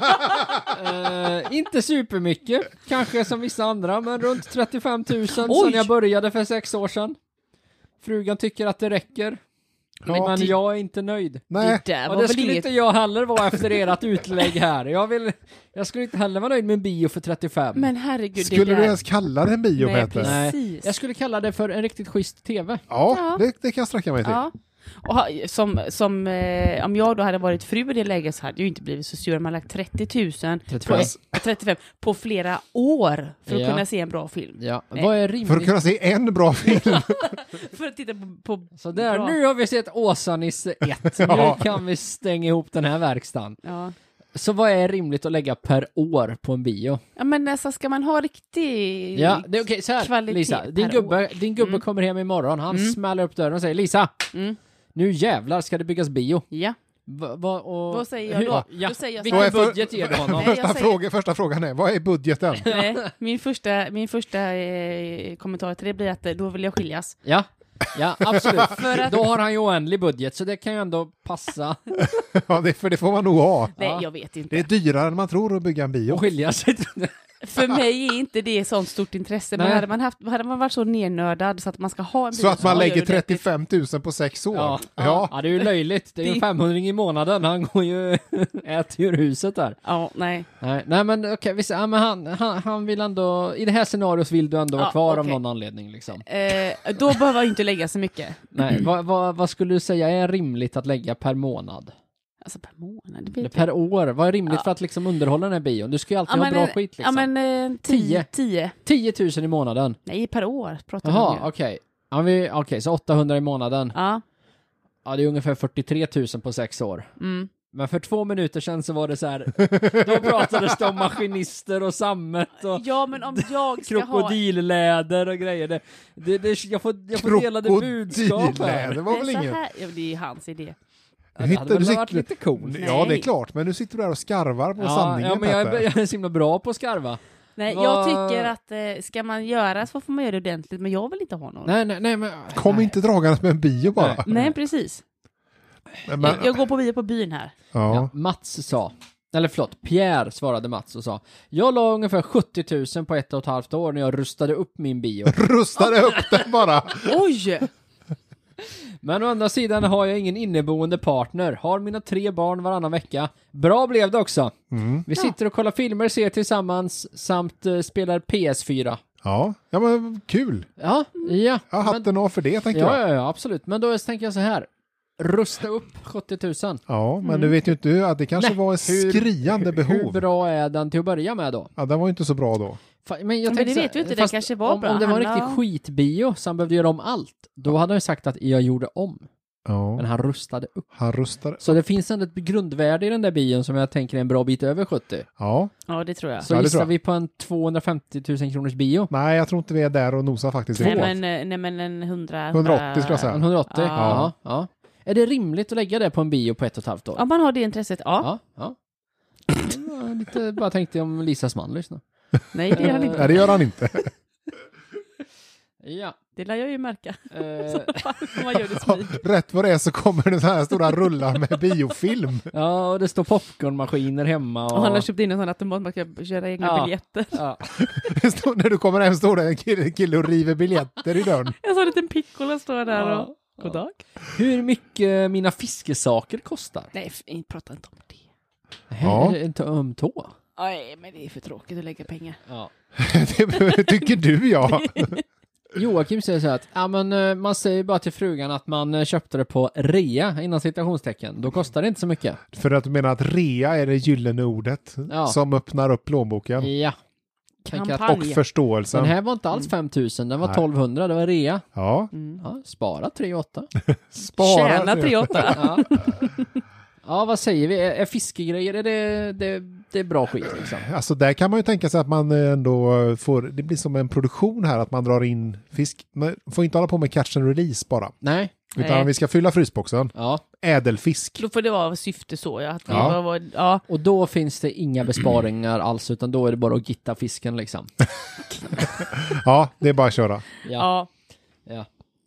[SPEAKER 2] Inte supermycket, kanske som vissa andra, men runt 35 000 sen jag började för 6 år sedan. Frugan tycker att det räcker.
[SPEAKER 1] Ja.
[SPEAKER 2] Men jag är inte nöjd.
[SPEAKER 1] Nej.
[SPEAKER 3] Det där
[SPEAKER 2] Och
[SPEAKER 3] var
[SPEAKER 2] det
[SPEAKER 3] väl
[SPEAKER 2] skulle
[SPEAKER 3] inget...
[SPEAKER 2] inte jag heller vara efter ert utlägg här. Jag skulle inte heller vara nöjd med en bio för 35.
[SPEAKER 3] Men herregud,
[SPEAKER 1] Skulle
[SPEAKER 3] det
[SPEAKER 1] du
[SPEAKER 3] där...
[SPEAKER 1] ens kalla det en bio,
[SPEAKER 3] Nej,
[SPEAKER 1] Petter?
[SPEAKER 3] precis.
[SPEAKER 2] Jag skulle kalla det för en riktigt schysst tv.
[SPEAKER 1] Ja, det kan jag sträcka mig till.
[SPEAKER 3] Ja. Och om jag då hade varit fru i det läget så hade jag ju inte blivit så sur. Man har lagt 30 000 35 på flera år för att kunna se en bra film.
[SPEAKER 2] Ja.
[SPEAKER 3] Nej.
[SPEAKER 2] Vad är rimligt?
[SPEAKER 1] För att kunna se en bra film.
[SPEAKER 3] För att titta på
[SPEAKER 2] Så där,
[SPEAKER 3] bra.
[SPEAKER 2] nu har vi sett Åsa-Nisse 1.
[SPEAKER 1] Ja.
[SPEAKER 2] Nu kan vi stänga ihop den här verkstaden.
[SPEAKER 3] Ja.
[SPEAKER 2] Så vad är rimligt att lägga per år på en bio?
[SPEAKER 3] Ja, men alltså, ska man ha riktig
[SPEAKER 2] Ja, det är okej. Så här,
[SPEAKER 3] kvalitet
[SPEAKER 2] Lisa. Din gubbe kommer hem imorgon. Han smäller upp dörren och säger Lisa, nu jävlar ska det byggas bio.
[SPEAKER 3] Ja. Vad säger jag då?
[SPEAKER 2] Ja.
[SPEAKER 3] Då säger jag
[SPEAKER 2] Vilken budget ger du honom?
[SPEAKER 3] Nej,
[SPEAKER 1] Första frågan är, vad är budgeten?
[SPEAKER 3] Nej, min första kommentar till det blir att då vill jag skiljas.
[SPEAKER 2] Ja, absolut.
[SPEAKER 3] För att-
[SPEAKER 2] Då har han ju oändlig budget, så det kan ju ändå passa
[SPEAKER 1] Ja, för det får man nog ha.
[SPEAKER 3] Nej,
[SPEAKER 2] Ja.
[SPEAKER 3] jag vet inte.
[SPEAKER 1] Det är dyrare än man tror att bygga en bio.
[SPEAKER 2] och skilja sig.
[SPEAKER 3] För mig är inte det sånt stort intresse. Men
[SPEAKER 2] Nej.
[SPEAKER 3] hade man varit så nernördad så att man ska ha en bil.
[SPEAKER 1] Så att man
[SPEAKER 3] gör
[SPEAKER 1] lägger
[SPEAKER 3] det ordentligt.
[SPEAKER 1] 35 000 på 6 år.
[SPEAKER 2] Ja.
[SPEAKER 1] Ja.
[SPEAKER 2] Ja, det är ju löjligt. Det är ju
[SPEAKER 3] Det-
[SPEAKER 2] 500 i månaden. Han går ju äter ur huset där.
[SPEAKER 3] Ja, nej.
[SPEAKER 2] Nej men okej, men han vill ändå, i det här scenariot vill du ändå vara
[SPEAKER 3] Ja,
[SPEAKER 2] kvar av
[SPEAKER 3] okej.
[SPEAKER 2] någon anledning liksom.
[SPEAKER 3] Då behöver jag inte lägga så mycket.
[SPEAKER 2] Nej, vad skulle du säga är rimligt att lägga per månad?
[SPEAKER 3] Alltså per månad, det
[SPEAKER 2] Eller
[SPEAKER 3] vet
[SPEAKER 2] per år? Vad är rimligt för att liksom underhålla den här bion? Du ska ju alltid ha bra skit liksom.
[SPEAKER 3] Ja, men
[SPEAKER 2] 10.
[SPEAKER 3] 10.
[SPEAKER 2] 10 000 i månaden.
[SPEAKER 3] Nej, per år pratar vi
[SPEAKER 2] Jaha,
[SPEAKER 3] om.
[SPEAKER 2] okej. Okej, så 800 i månaden.
[SPEAKER 3] Ja.
[SPEAKER 2] Ja, det är ungefär 43 000 på 6 år.
[SPEAKER 3] Mm.
[SPEAKER 2] Men för 2 minuter sedan så var det så här. Då pratades det om maskinister och sammet och
[SPEAKER 3] Ja, men om jag ska ha...
[SPEAKER 2] krokodilläder och grejer. Jag får delade budskap
[SPEAKER 1] Krokodilläder,
[SPEAKER 2] här.
[SPEAKER 1] det var väl
[SPEAKER 3] Nej, så
[SPEAKER 1] inget?
[SPEAKER 3] här- Ja, det är hans idé.
[SPEAKER 2] Ja, det hade väl varit lite coolt.
[SPEAKER 1] Ja, det är
[SPEAKER 3] Nej.
[SPEAKER 1] klart. Men nu sitter du där och skarvar på
[SPEAKER 2] Ja,
[SPEAKER 1] sanningen.
[SPEAKER 2] men jag
[SPEAKER 1] Peppe.
[SPEAKER 2] är så himla bra på att skarva.
[SPEAKER 3] Nej,
[SPEAKER 2] Vad-
[SPEAKER 3] jag tycker att ska man göra så får man göra det ordentligt, men jag vill inte ha någon.
[SPEAKER 2] Nej, men...
[SPEAKER 1] Kom
[SPEAKER 2] nej.
[SPEAKER 1] inte dragandes med en bio bara.
[SPEAKER 3] Nej, precis.
[SPEAKER 1] Men,
[SPEAKER 3] Jag går på bio på byn här.
[SPEAKER 2] Ja,
[SPEAKER 1] ja.
[SPEAKER 2] Mats sa, eller förlåt, Pierre svarade Mats och sa, jag la ungefär 70 000 på 1,5 år när jag rustade upp min bio.
[SPEAKER 1] Rustade upp den bara.
[SPEAKER 3] Oj!
[SPEAKER 2] Men å andra sidan har jag ingen inneboende partner, har mina 3 barn varannan vecka. Bra blev det också. Vi sitter och kollar filmer, ser tillsammans samt spelar PS4.
[SPEAKER 1] Ja, men kul.
[SPEAKER 2] Ja.
[SPEAKER 1] Ja, hatten av för det, tänker jag.
[SPEAKER 2] Ja, absolut. Men då tänker jag så här, rusta upp 70 000.
[SPEAKER 1] Ja, men du vet ju inte att det kanske
[SPEAKER 2] Nej,
[SPEAKER 1] var ett skriande
[SPEAKER 2] Hur
[SPEAKER 1] behov.
[SPEAKER 2] bra är den till att börja med då?
[SPEAKER 1] Ja, den var ju inte så bra då.
[SPEAKER 2] Men,
[SPEAKER 3] det vet vi inte, den kanske var bra.
[SPEAKER 2] Om det var en
[SPEAKER 3] Han
[SPEAKER 2] riktig
[SPEAKER 3] har-
[SPEAKER 2] skitbio så han behövde göra om allt, då hade han ju sagt att jag gjorde om.
[SPEAKER 1] Ja,
[SPEAKER 2] Men han rustade upp.
[SPEAKER 1] han rustade.
[SPEAKER 2] Så det finns ändå ett grundvärde i den där bion som jag tänker är en bra bit över 70.
[SPEAKER 1] Ja,
[SPEAKER 3] Ja, det tror jag.
[SPEAKER 2] Så
[SPEAKER 1] Ja, det tror
[SPEAKER 2] gissar
[SPEAKER 1] jag.
[SPEAKER 2] vi på en 250 000 kronors bio.
[SPEAKER 1] nej, jag tror inte vi är där och nosar faktiskt.
[SPEAKER 3] Nej, men en 100...
[SPEAKER 1] 180 skulle jag säga.
[SPEAKER 2] En 180?
[SPEAKER 3] Ja.
[SPEAKER 2] Ja. Är det rimligt att lägga det på en bio på 1,5 år?
[SPEAKER 3] Om man har det intresset, ja.
[SPEAKER 2] Ja. Det var lite, bara tänkte om Lisas man lyssnar.
[SPEAKER 3] Nej, det gör han inte.
[SPEAKER 1] Nej, det gör han inte.
[SPEAKER 2] Ja.
[SPEAKER 3] Det lär jag ju märka.
[SPEAKER 2] Eh,
[SPEAKER 3] Om man gör det smyg.
[SPEAKER 1] Rätt vad det är så kommer det så här stora rullar med biofilm.
[SPEAKER 2] ja, och det står popcornmaskiner hemma. Och,
[SPEAKER 3] Och han har köpt in en sån automat man kan köra egna
[SPEAKER 2] Ja.
[SPEAKER 3] biljetter.
[SPEAKER 2] ja.
[SPEAKER 1] När du kommer hem står det en kille och river biljetter i dörren.
[SPEAKER 3] En sån liten piccolo står där
[SPEAKER 2] Ja.
[SPEAKER 3] och... God dag.
[SPEAKER 2] Hur mycket mina fiskesaker kostar?
[SPEAKER 3] Nej, prata inte om det.
[SPEAKER 1] Ja.
[SPEAKER 2] Är det inte öm tå?
[SPEAKER 3] Nej, men det är för tråkigt att lägga pengar.
[SPEAKER 2] Ja.
[SPEAKER 1] Det tycker du, ja.
[SPEAKER 2] Joakim säger så här att man säger bara till frugan att man köpte det på rea innan citationstecken. Då kostar det inte så mycket.
[SPEAKER 1] För att du menar att rea är det gyllene ordet
[SPEAKER 2] Ja.
[SPEAKER 1] som öppnar upp plånboken.
[SPEAKER 2] Ja. Tänker att,
[SPEAKER 3] Kampanj.
[SPEAKER 1] Och förståelsen.
[SPEAKER 2] den här var inte alls 5 000, den var
[SPEAKER 1] Nej.
[SPEAKER 2] 1200, det var rea.
[SPEAKER 1] Ja,
[SPEAKER 2] Ja, spara 3,8.
[SPEAKER 1] spara.
[SPEAKER 3] Tjäna 3,8.
[SPEAKER 2] Ja. Ja, vad säger vi? Är fiskegrejer, är det är bra skit liksom?
[SPEAKER 1] Alltså där kan man ju tänka sig att man ändå får, det blir som en produktion här att man drar in fisk. Man får inte hålla på med catch and release bara.
[SPEAKER 2] Nej.
[SPEAKER 1] Utan
[SPEAKER 3] Nej.
[SPEAKER 1] vi ska fylla frysboxen.
[SPEAKER 2] Ja.
[SPEAKER 1] Ädelfisk.
[SPEAKER 3] Då får det vara syfte så, ja. Att vi
[SPEAKER 1] Ja.
[SPEAKER 3] ja.
[SPEAKER 2] Och då finns det inga besparingar alls, utan då är det bara att gitta fisken liksom.
[SPEAKER 1] Ja, det är bara att köra.
[SPEAKER 2] Ja.
[SPEAKER 3] Ja.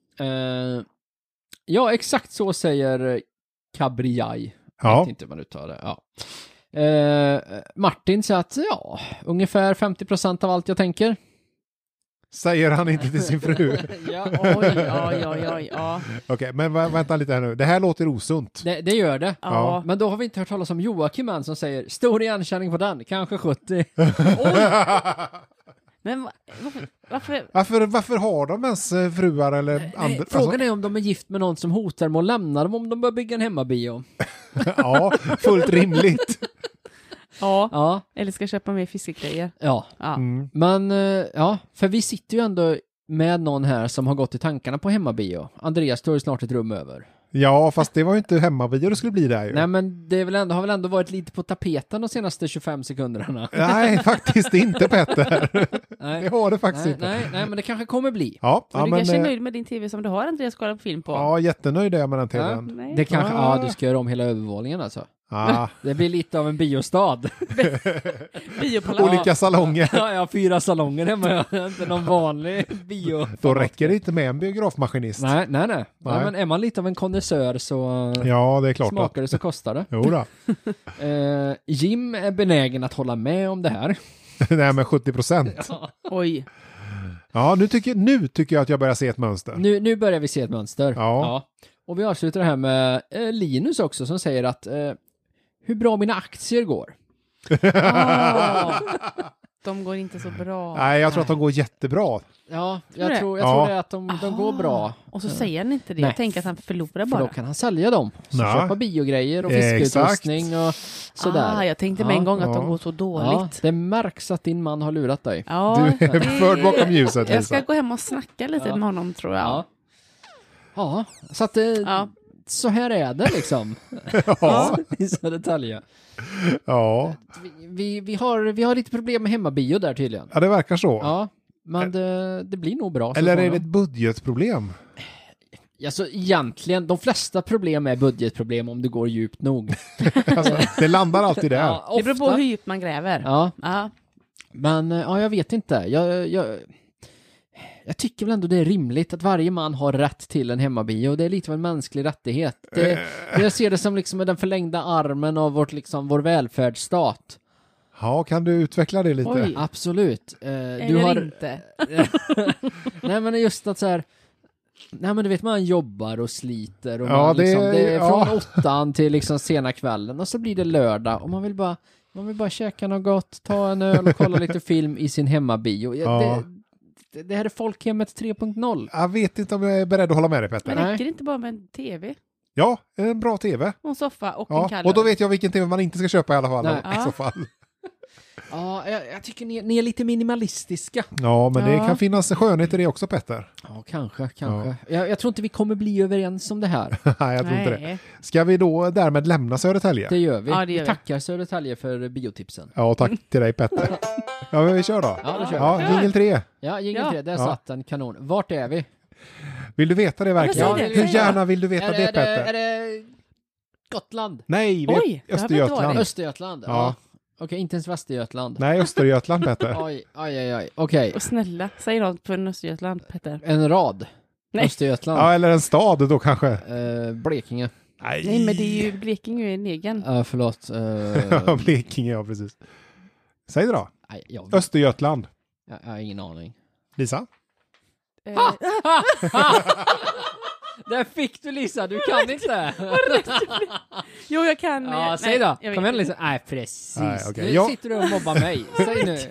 [SPEAKER 2] Ja, exakt så säger Cabriai. Jag
[SPEAKER 1] Ja,
[SPEAKER 2] vet inte vad man uttalar det. Ja. Martin säger att ungefär 50% av allt jag tänker.
[SPEAKER 1] säger han inte till sin fru.
[SPEAKER 2] Ja.
[SPEAKER 3] Oj. Ja.
[SPEAKER 1] Okej, men vänta lite här nu. Det här låter osunt.
[SPEAKER 2] Det gör det.
[SPEAKER 3] Ja.
[SPEAKER 2] Men då har vi inte hört talas om Joakim än som säger stor igenkänning på den, kanske 70.
[SPEAKER 3] Men varför?
[SPEAKER 1] Varför har de ens fruar eller andra?
[SPEAKER 2] Frågan är om de är gift med någon som hotar med att lämna dem om de börjar bygga en hemmabio.
[SPEAKER 1] Ja, fullt rimligt.
[SPEAKER 3] Ja.
[SPEAKER 2] Ja,
[SPEAKER 3] Eller ska köpa mer fiskegrejer.
[SPEAKER 2] ja.
[SPEAKER 3] Ja.
[SPEAKER 1] Mm.
[SPEAKER 2] Men för vi sitter ju ändå med någon här som har gått i tankarna på hemmabio. Andreas, du har ju snart ett rum över.
[SPEAKER 1] Ja, fast det var ju inte hemmabio det skulle bli där ju.
[SPEAKER 2] Nej, men det är väl ändå, har väl ändå varit lite på tapeten de senaste 25 sekunderna.
[SPEAKER 1] Nej, faktiskt inte Petter.
[SPEAKER 2] Nej.
[SPEAKER 1] Det har det faktiskt
[SPEAKER 2] Nej,
[SPEAKER 1] inte.
[SPEAKER 2] nej, men det kanske kommer bli.
[SPEAKER 1] Ja,
[SPEAKER 3] Och
[SPEAKER 1] ja,
[SPEAKER 3] du
[SPEAKER 1] men,
[SPEAKER 3] kanske är nöjd med din tv som du har Andreas kollar på film på?
[SPEAKER 1] ja, jättenöjd är jag med den
[SPEAKER 2] Ja.
[SPEAKER 1] tvn.
[SPEAKER 3] Nej.
[SPEAKER 2] Det kanske, ja, du ska göra om hela övervåningen alltså.
[SPEAKER 1] Ja.
[SPEAKER 2] Det blir lite av en biostad.
[SPEAKER 3] Biopalats.
[SPEAKER 1] Olika salonger.
[SPEAKER 2] Ja, jag har 4 salonger hemma. Jag har inte någon vanlig bio.
[SPEAKER 1] Då räcker det inte med en biografmaskinist.
[SPEAKER 2] Nej.
[SPEAKER 1] Nej.
[SPEAKER 2] Men är man lite av en konnässör så
[SPEAKER 1] Ja, det är klart.
[SPEAKER 2] smakar det så kostar det.
[SPEAKER 1] Jo då.
[SPEAKER 2] Jim är benägen att hålla med om det här.
[SPEAKER 1] Nej, men 70%.
[SPEAKER 3] Oj.
[SPEAKER 1] Ja, nu tycker jag att jag börjar se ett mönster.
[SPEAKER 2] Nu börjar vi se ett mönster.
[SPEAKER 1] Ja.
[SPEAKER 2] Och vi avslutar det här med Linus också som säger att hur bra mina aktier går.
[SPEAKER 3] De går inte så bra.
[SPEAKER 1] Nej, jag tror att de går jättebra.
[SPEAKER 2] Ja,
[SPEAKER 3] Tror du
[SPEAKER 2] jag tror det är att de går bra.
[SPEAKER 3] Och så säger han inte det.
[SPEAKER 2] Nej.
[SPEAKER 3] Jag tänker att han förlorar
[SPEAKER 2] För
[SPEAKER 3] bara.
[SPEAKER 2] då kan han sälja dem. Så
[SPEAKER 1] Ja.
[SPEAKER 2] köpa biogrejer och fiskeutrustning och sådär.
[SPEAKER 3] Jag tänkte med en gång att
[SPEAKER 1] Ja.
[SPEAKER 3] de går så
[SPEAKER 2] Ja,
[SPEAKER 3] dåligt.
[SPEAKER 2] det märks att din man har lurat dig.
[SPEAKER 3] Ja,
[SPEAKER 1] Du är förd bakom ljuset,
[SPEAKER 3] Jag ska
[SPEAKER 1] Lisa.
[SPEAKER 3] gå hem och snacka lite
[SPEAKER 2] Ja.
[SPEAKER 3] med honom tror jag.
[SPEAKER 2] Ja, ja så att
[SPEAKER 3] Ja.
[SPEAKER 2] så här är det liksom.
[SPEAKER 1] Ja.
[SPEAKER 2] I Södertälje.
[SPEAKER 1] Ja.
[SPEAKER 2] Vi har lite problem med hemmabio där tydligen.
[SPEAKER 1] Ja, det verkar så.
[SPEAKER 2] Ja, men det blir nog bra. så
[SPEAKER 1] Eller är det
[SPEAKER 2] småningom.
[SPEAKER 1] ett budgetproblem?
[SPEAKER 2] Alltså egentligen, de flesta problem är budgetproblem om det går djupt nog.
[SPEAKER 1] Alltså, det landar alltid där.
[SPEAKER 2] Ja,
[SPEAKER 3] Det beror på
[SPEAKER 2] ofta.
[SPEAKER 3] hur djupt man gräver.
[SPEAKER 2] Ja,
[SPEAKER 3] Ja.
[SPEAKER 2] men jag vet inte. Jag tycker väl ändå det är rimligt att varje man har rätt till en hemmabio. Det är lite av en mänsklig rättighet. Jag ser det som liksom den förlängda armen av vår välfärdsstat.
[SPEAKER 1] Ja, kan du utveckla det lite?
[SPEAKER 3] Oj.
[SPEAKER 2] Absolut.
[SPEAKER 3] Eller inte.
[SPEAKER 2] Nej, men just att så här. Nej, men du vet, man jobbar och sliter och
[SPEAKER 1] Ja,
[SPEAKER 2] man, liksom,
[SPEAKER 1] det-
[SPEAKER 2] det är
[SPEAKER 1] ja.
[SPEAKER 2] från 8 till liksom sena kvällen och så blir det lördag och man vill bara käka något gott, ta en öl och kolla lite film i sin hemmabio.
[SPEAKER 1] Ja.
[SPEAKER 2] Det här är folkhemmet 3.0.
[SPEAKER 1] Jag vet inte om jag är beredd att hålla med dig, Petter.
[SPEAKER 3] Men
[SPEAKER 2] Nej.
[SPEAKER 3] räcker det inte bara med en tv?
[SPEAKER 1] Ja, en bra tv.
[SPEAKER 3] Och en soffa och en
[SPEAKER 1] Ja.
[SPEAKER 3] kall
[SPEAKER 1] Och då
[SPEAKER 3] öl?
[SPEAKER 1] vet jag vilken tv man inte ska köpa i alla fall.
[SPEAKER 2] Nej.
[SPEAKER 1] I så fall.
[SPEAKER 2] Ja, jag tycker ni är lite minimalistiska.
[SPEAKER 1] Ja, men det
[SPEAKER 3] Ja.
[SPEAKER 1] kan finnas skönhet i det också, Petter.
[SPEAKER 2] Ja, kanske. Jag tror inte vi kommer bli överens om det här.
[SPEAKER 1] Nej, jag tror inte det.
[SPEAKER 3] Nej.
[SPEAKER 1] Ska vi då därmed lämna Södertälje?
[SPEAKER 2] Det gör vi.
[SPEAKER 3] Ja, det gör
[SPEAKER 2] vi
[SPEAKER 3] vi.
[SPEAKER 2] tackar Södertälje för biotipsen.
[SPEAKER 1] Ja, tack till dig, Petter. Ja, men vi kör då.
[SPEAKER 2] Ja, då kör vi.
[SPEAKER 1] Ja, jingle 3.
[SPEAKER 2] Ja, jingle
[SPEAKER 3] Ja.
[SPEAKER 2] 3, där
[SPEAKER 1] Ja.
[SPEAKER 2] satt en kanon. Vart är vi?
[SPEAKER 1] Vill du veta det verkligen?
[SPEAKER 3] Ja, säg det,
[SPEAKER 1] Hur
[SPEAKER 3] säg det.
[SPEAKER 1] gärna vill du veta det, Petter?
[SPEAKER 2] Är det Gotland?
[SPEAKER 1] Nej, vi är
[SPEAKER 3] Oj, det har vi inte
[SPEAKER 1] Östergötland.
[SPEAKER 3] varit.
[SPEAKER 2] Östergötland?
[SPEAKER 1] Ja.
[SPEAKER 2] Ja. Okej, inte ens Västergötland.
[SPEAKER 1] Nej, Östergötland, Petter.
[SPEAKER 2] Oj. Okej,
[SPEAKER 3] Och snälla, säg något på Östergötland, Petter.
[SPEAKER 2] en rad.
[SPEAKER 3] Nej.
[SPEAKER 2] Östergötland.
[SPEAKER 1] Ja, eller en stad då kanske.
[SPEAKER 2] Blekinge.
[SPEAKER 3] Nej, men det är ju Blekinge är en egen.
[SPEAKER 2] Ja, förlåt.
[SPEAKER 1] Ja, Blekinge, ja precis. Säg det då.
[SPEAKER 2] Nej, jag
[SPEAKER 1] Östergötland.
[SPEAKER 2] har ingen aning.
[SPEAKER 1] Lisa?
[SPEAKER 2] Där fick du, Lisa, du kan inte.
[SPEAKER 3] Jo, jag kan.
[SPEAKER 2] Ja, säg
[SPEAKER 3] nej,
[SPEAKER 2] då.
[SPEAKER 3] jag
[SPEAKER 2] Kom
[SPEAKER 3] vet
[SPEAKER 2] igen,
[SPEAKER 3] inte.
[SPEAKER 2] Lisa. Nej, precis.
[SPEAKER 1] Nej, okej.
[SPEAKER 2] Nu
[SPEAKER 1] Jag-
[SPEAKER 2] sitter du och mobbar mig. Säg nu.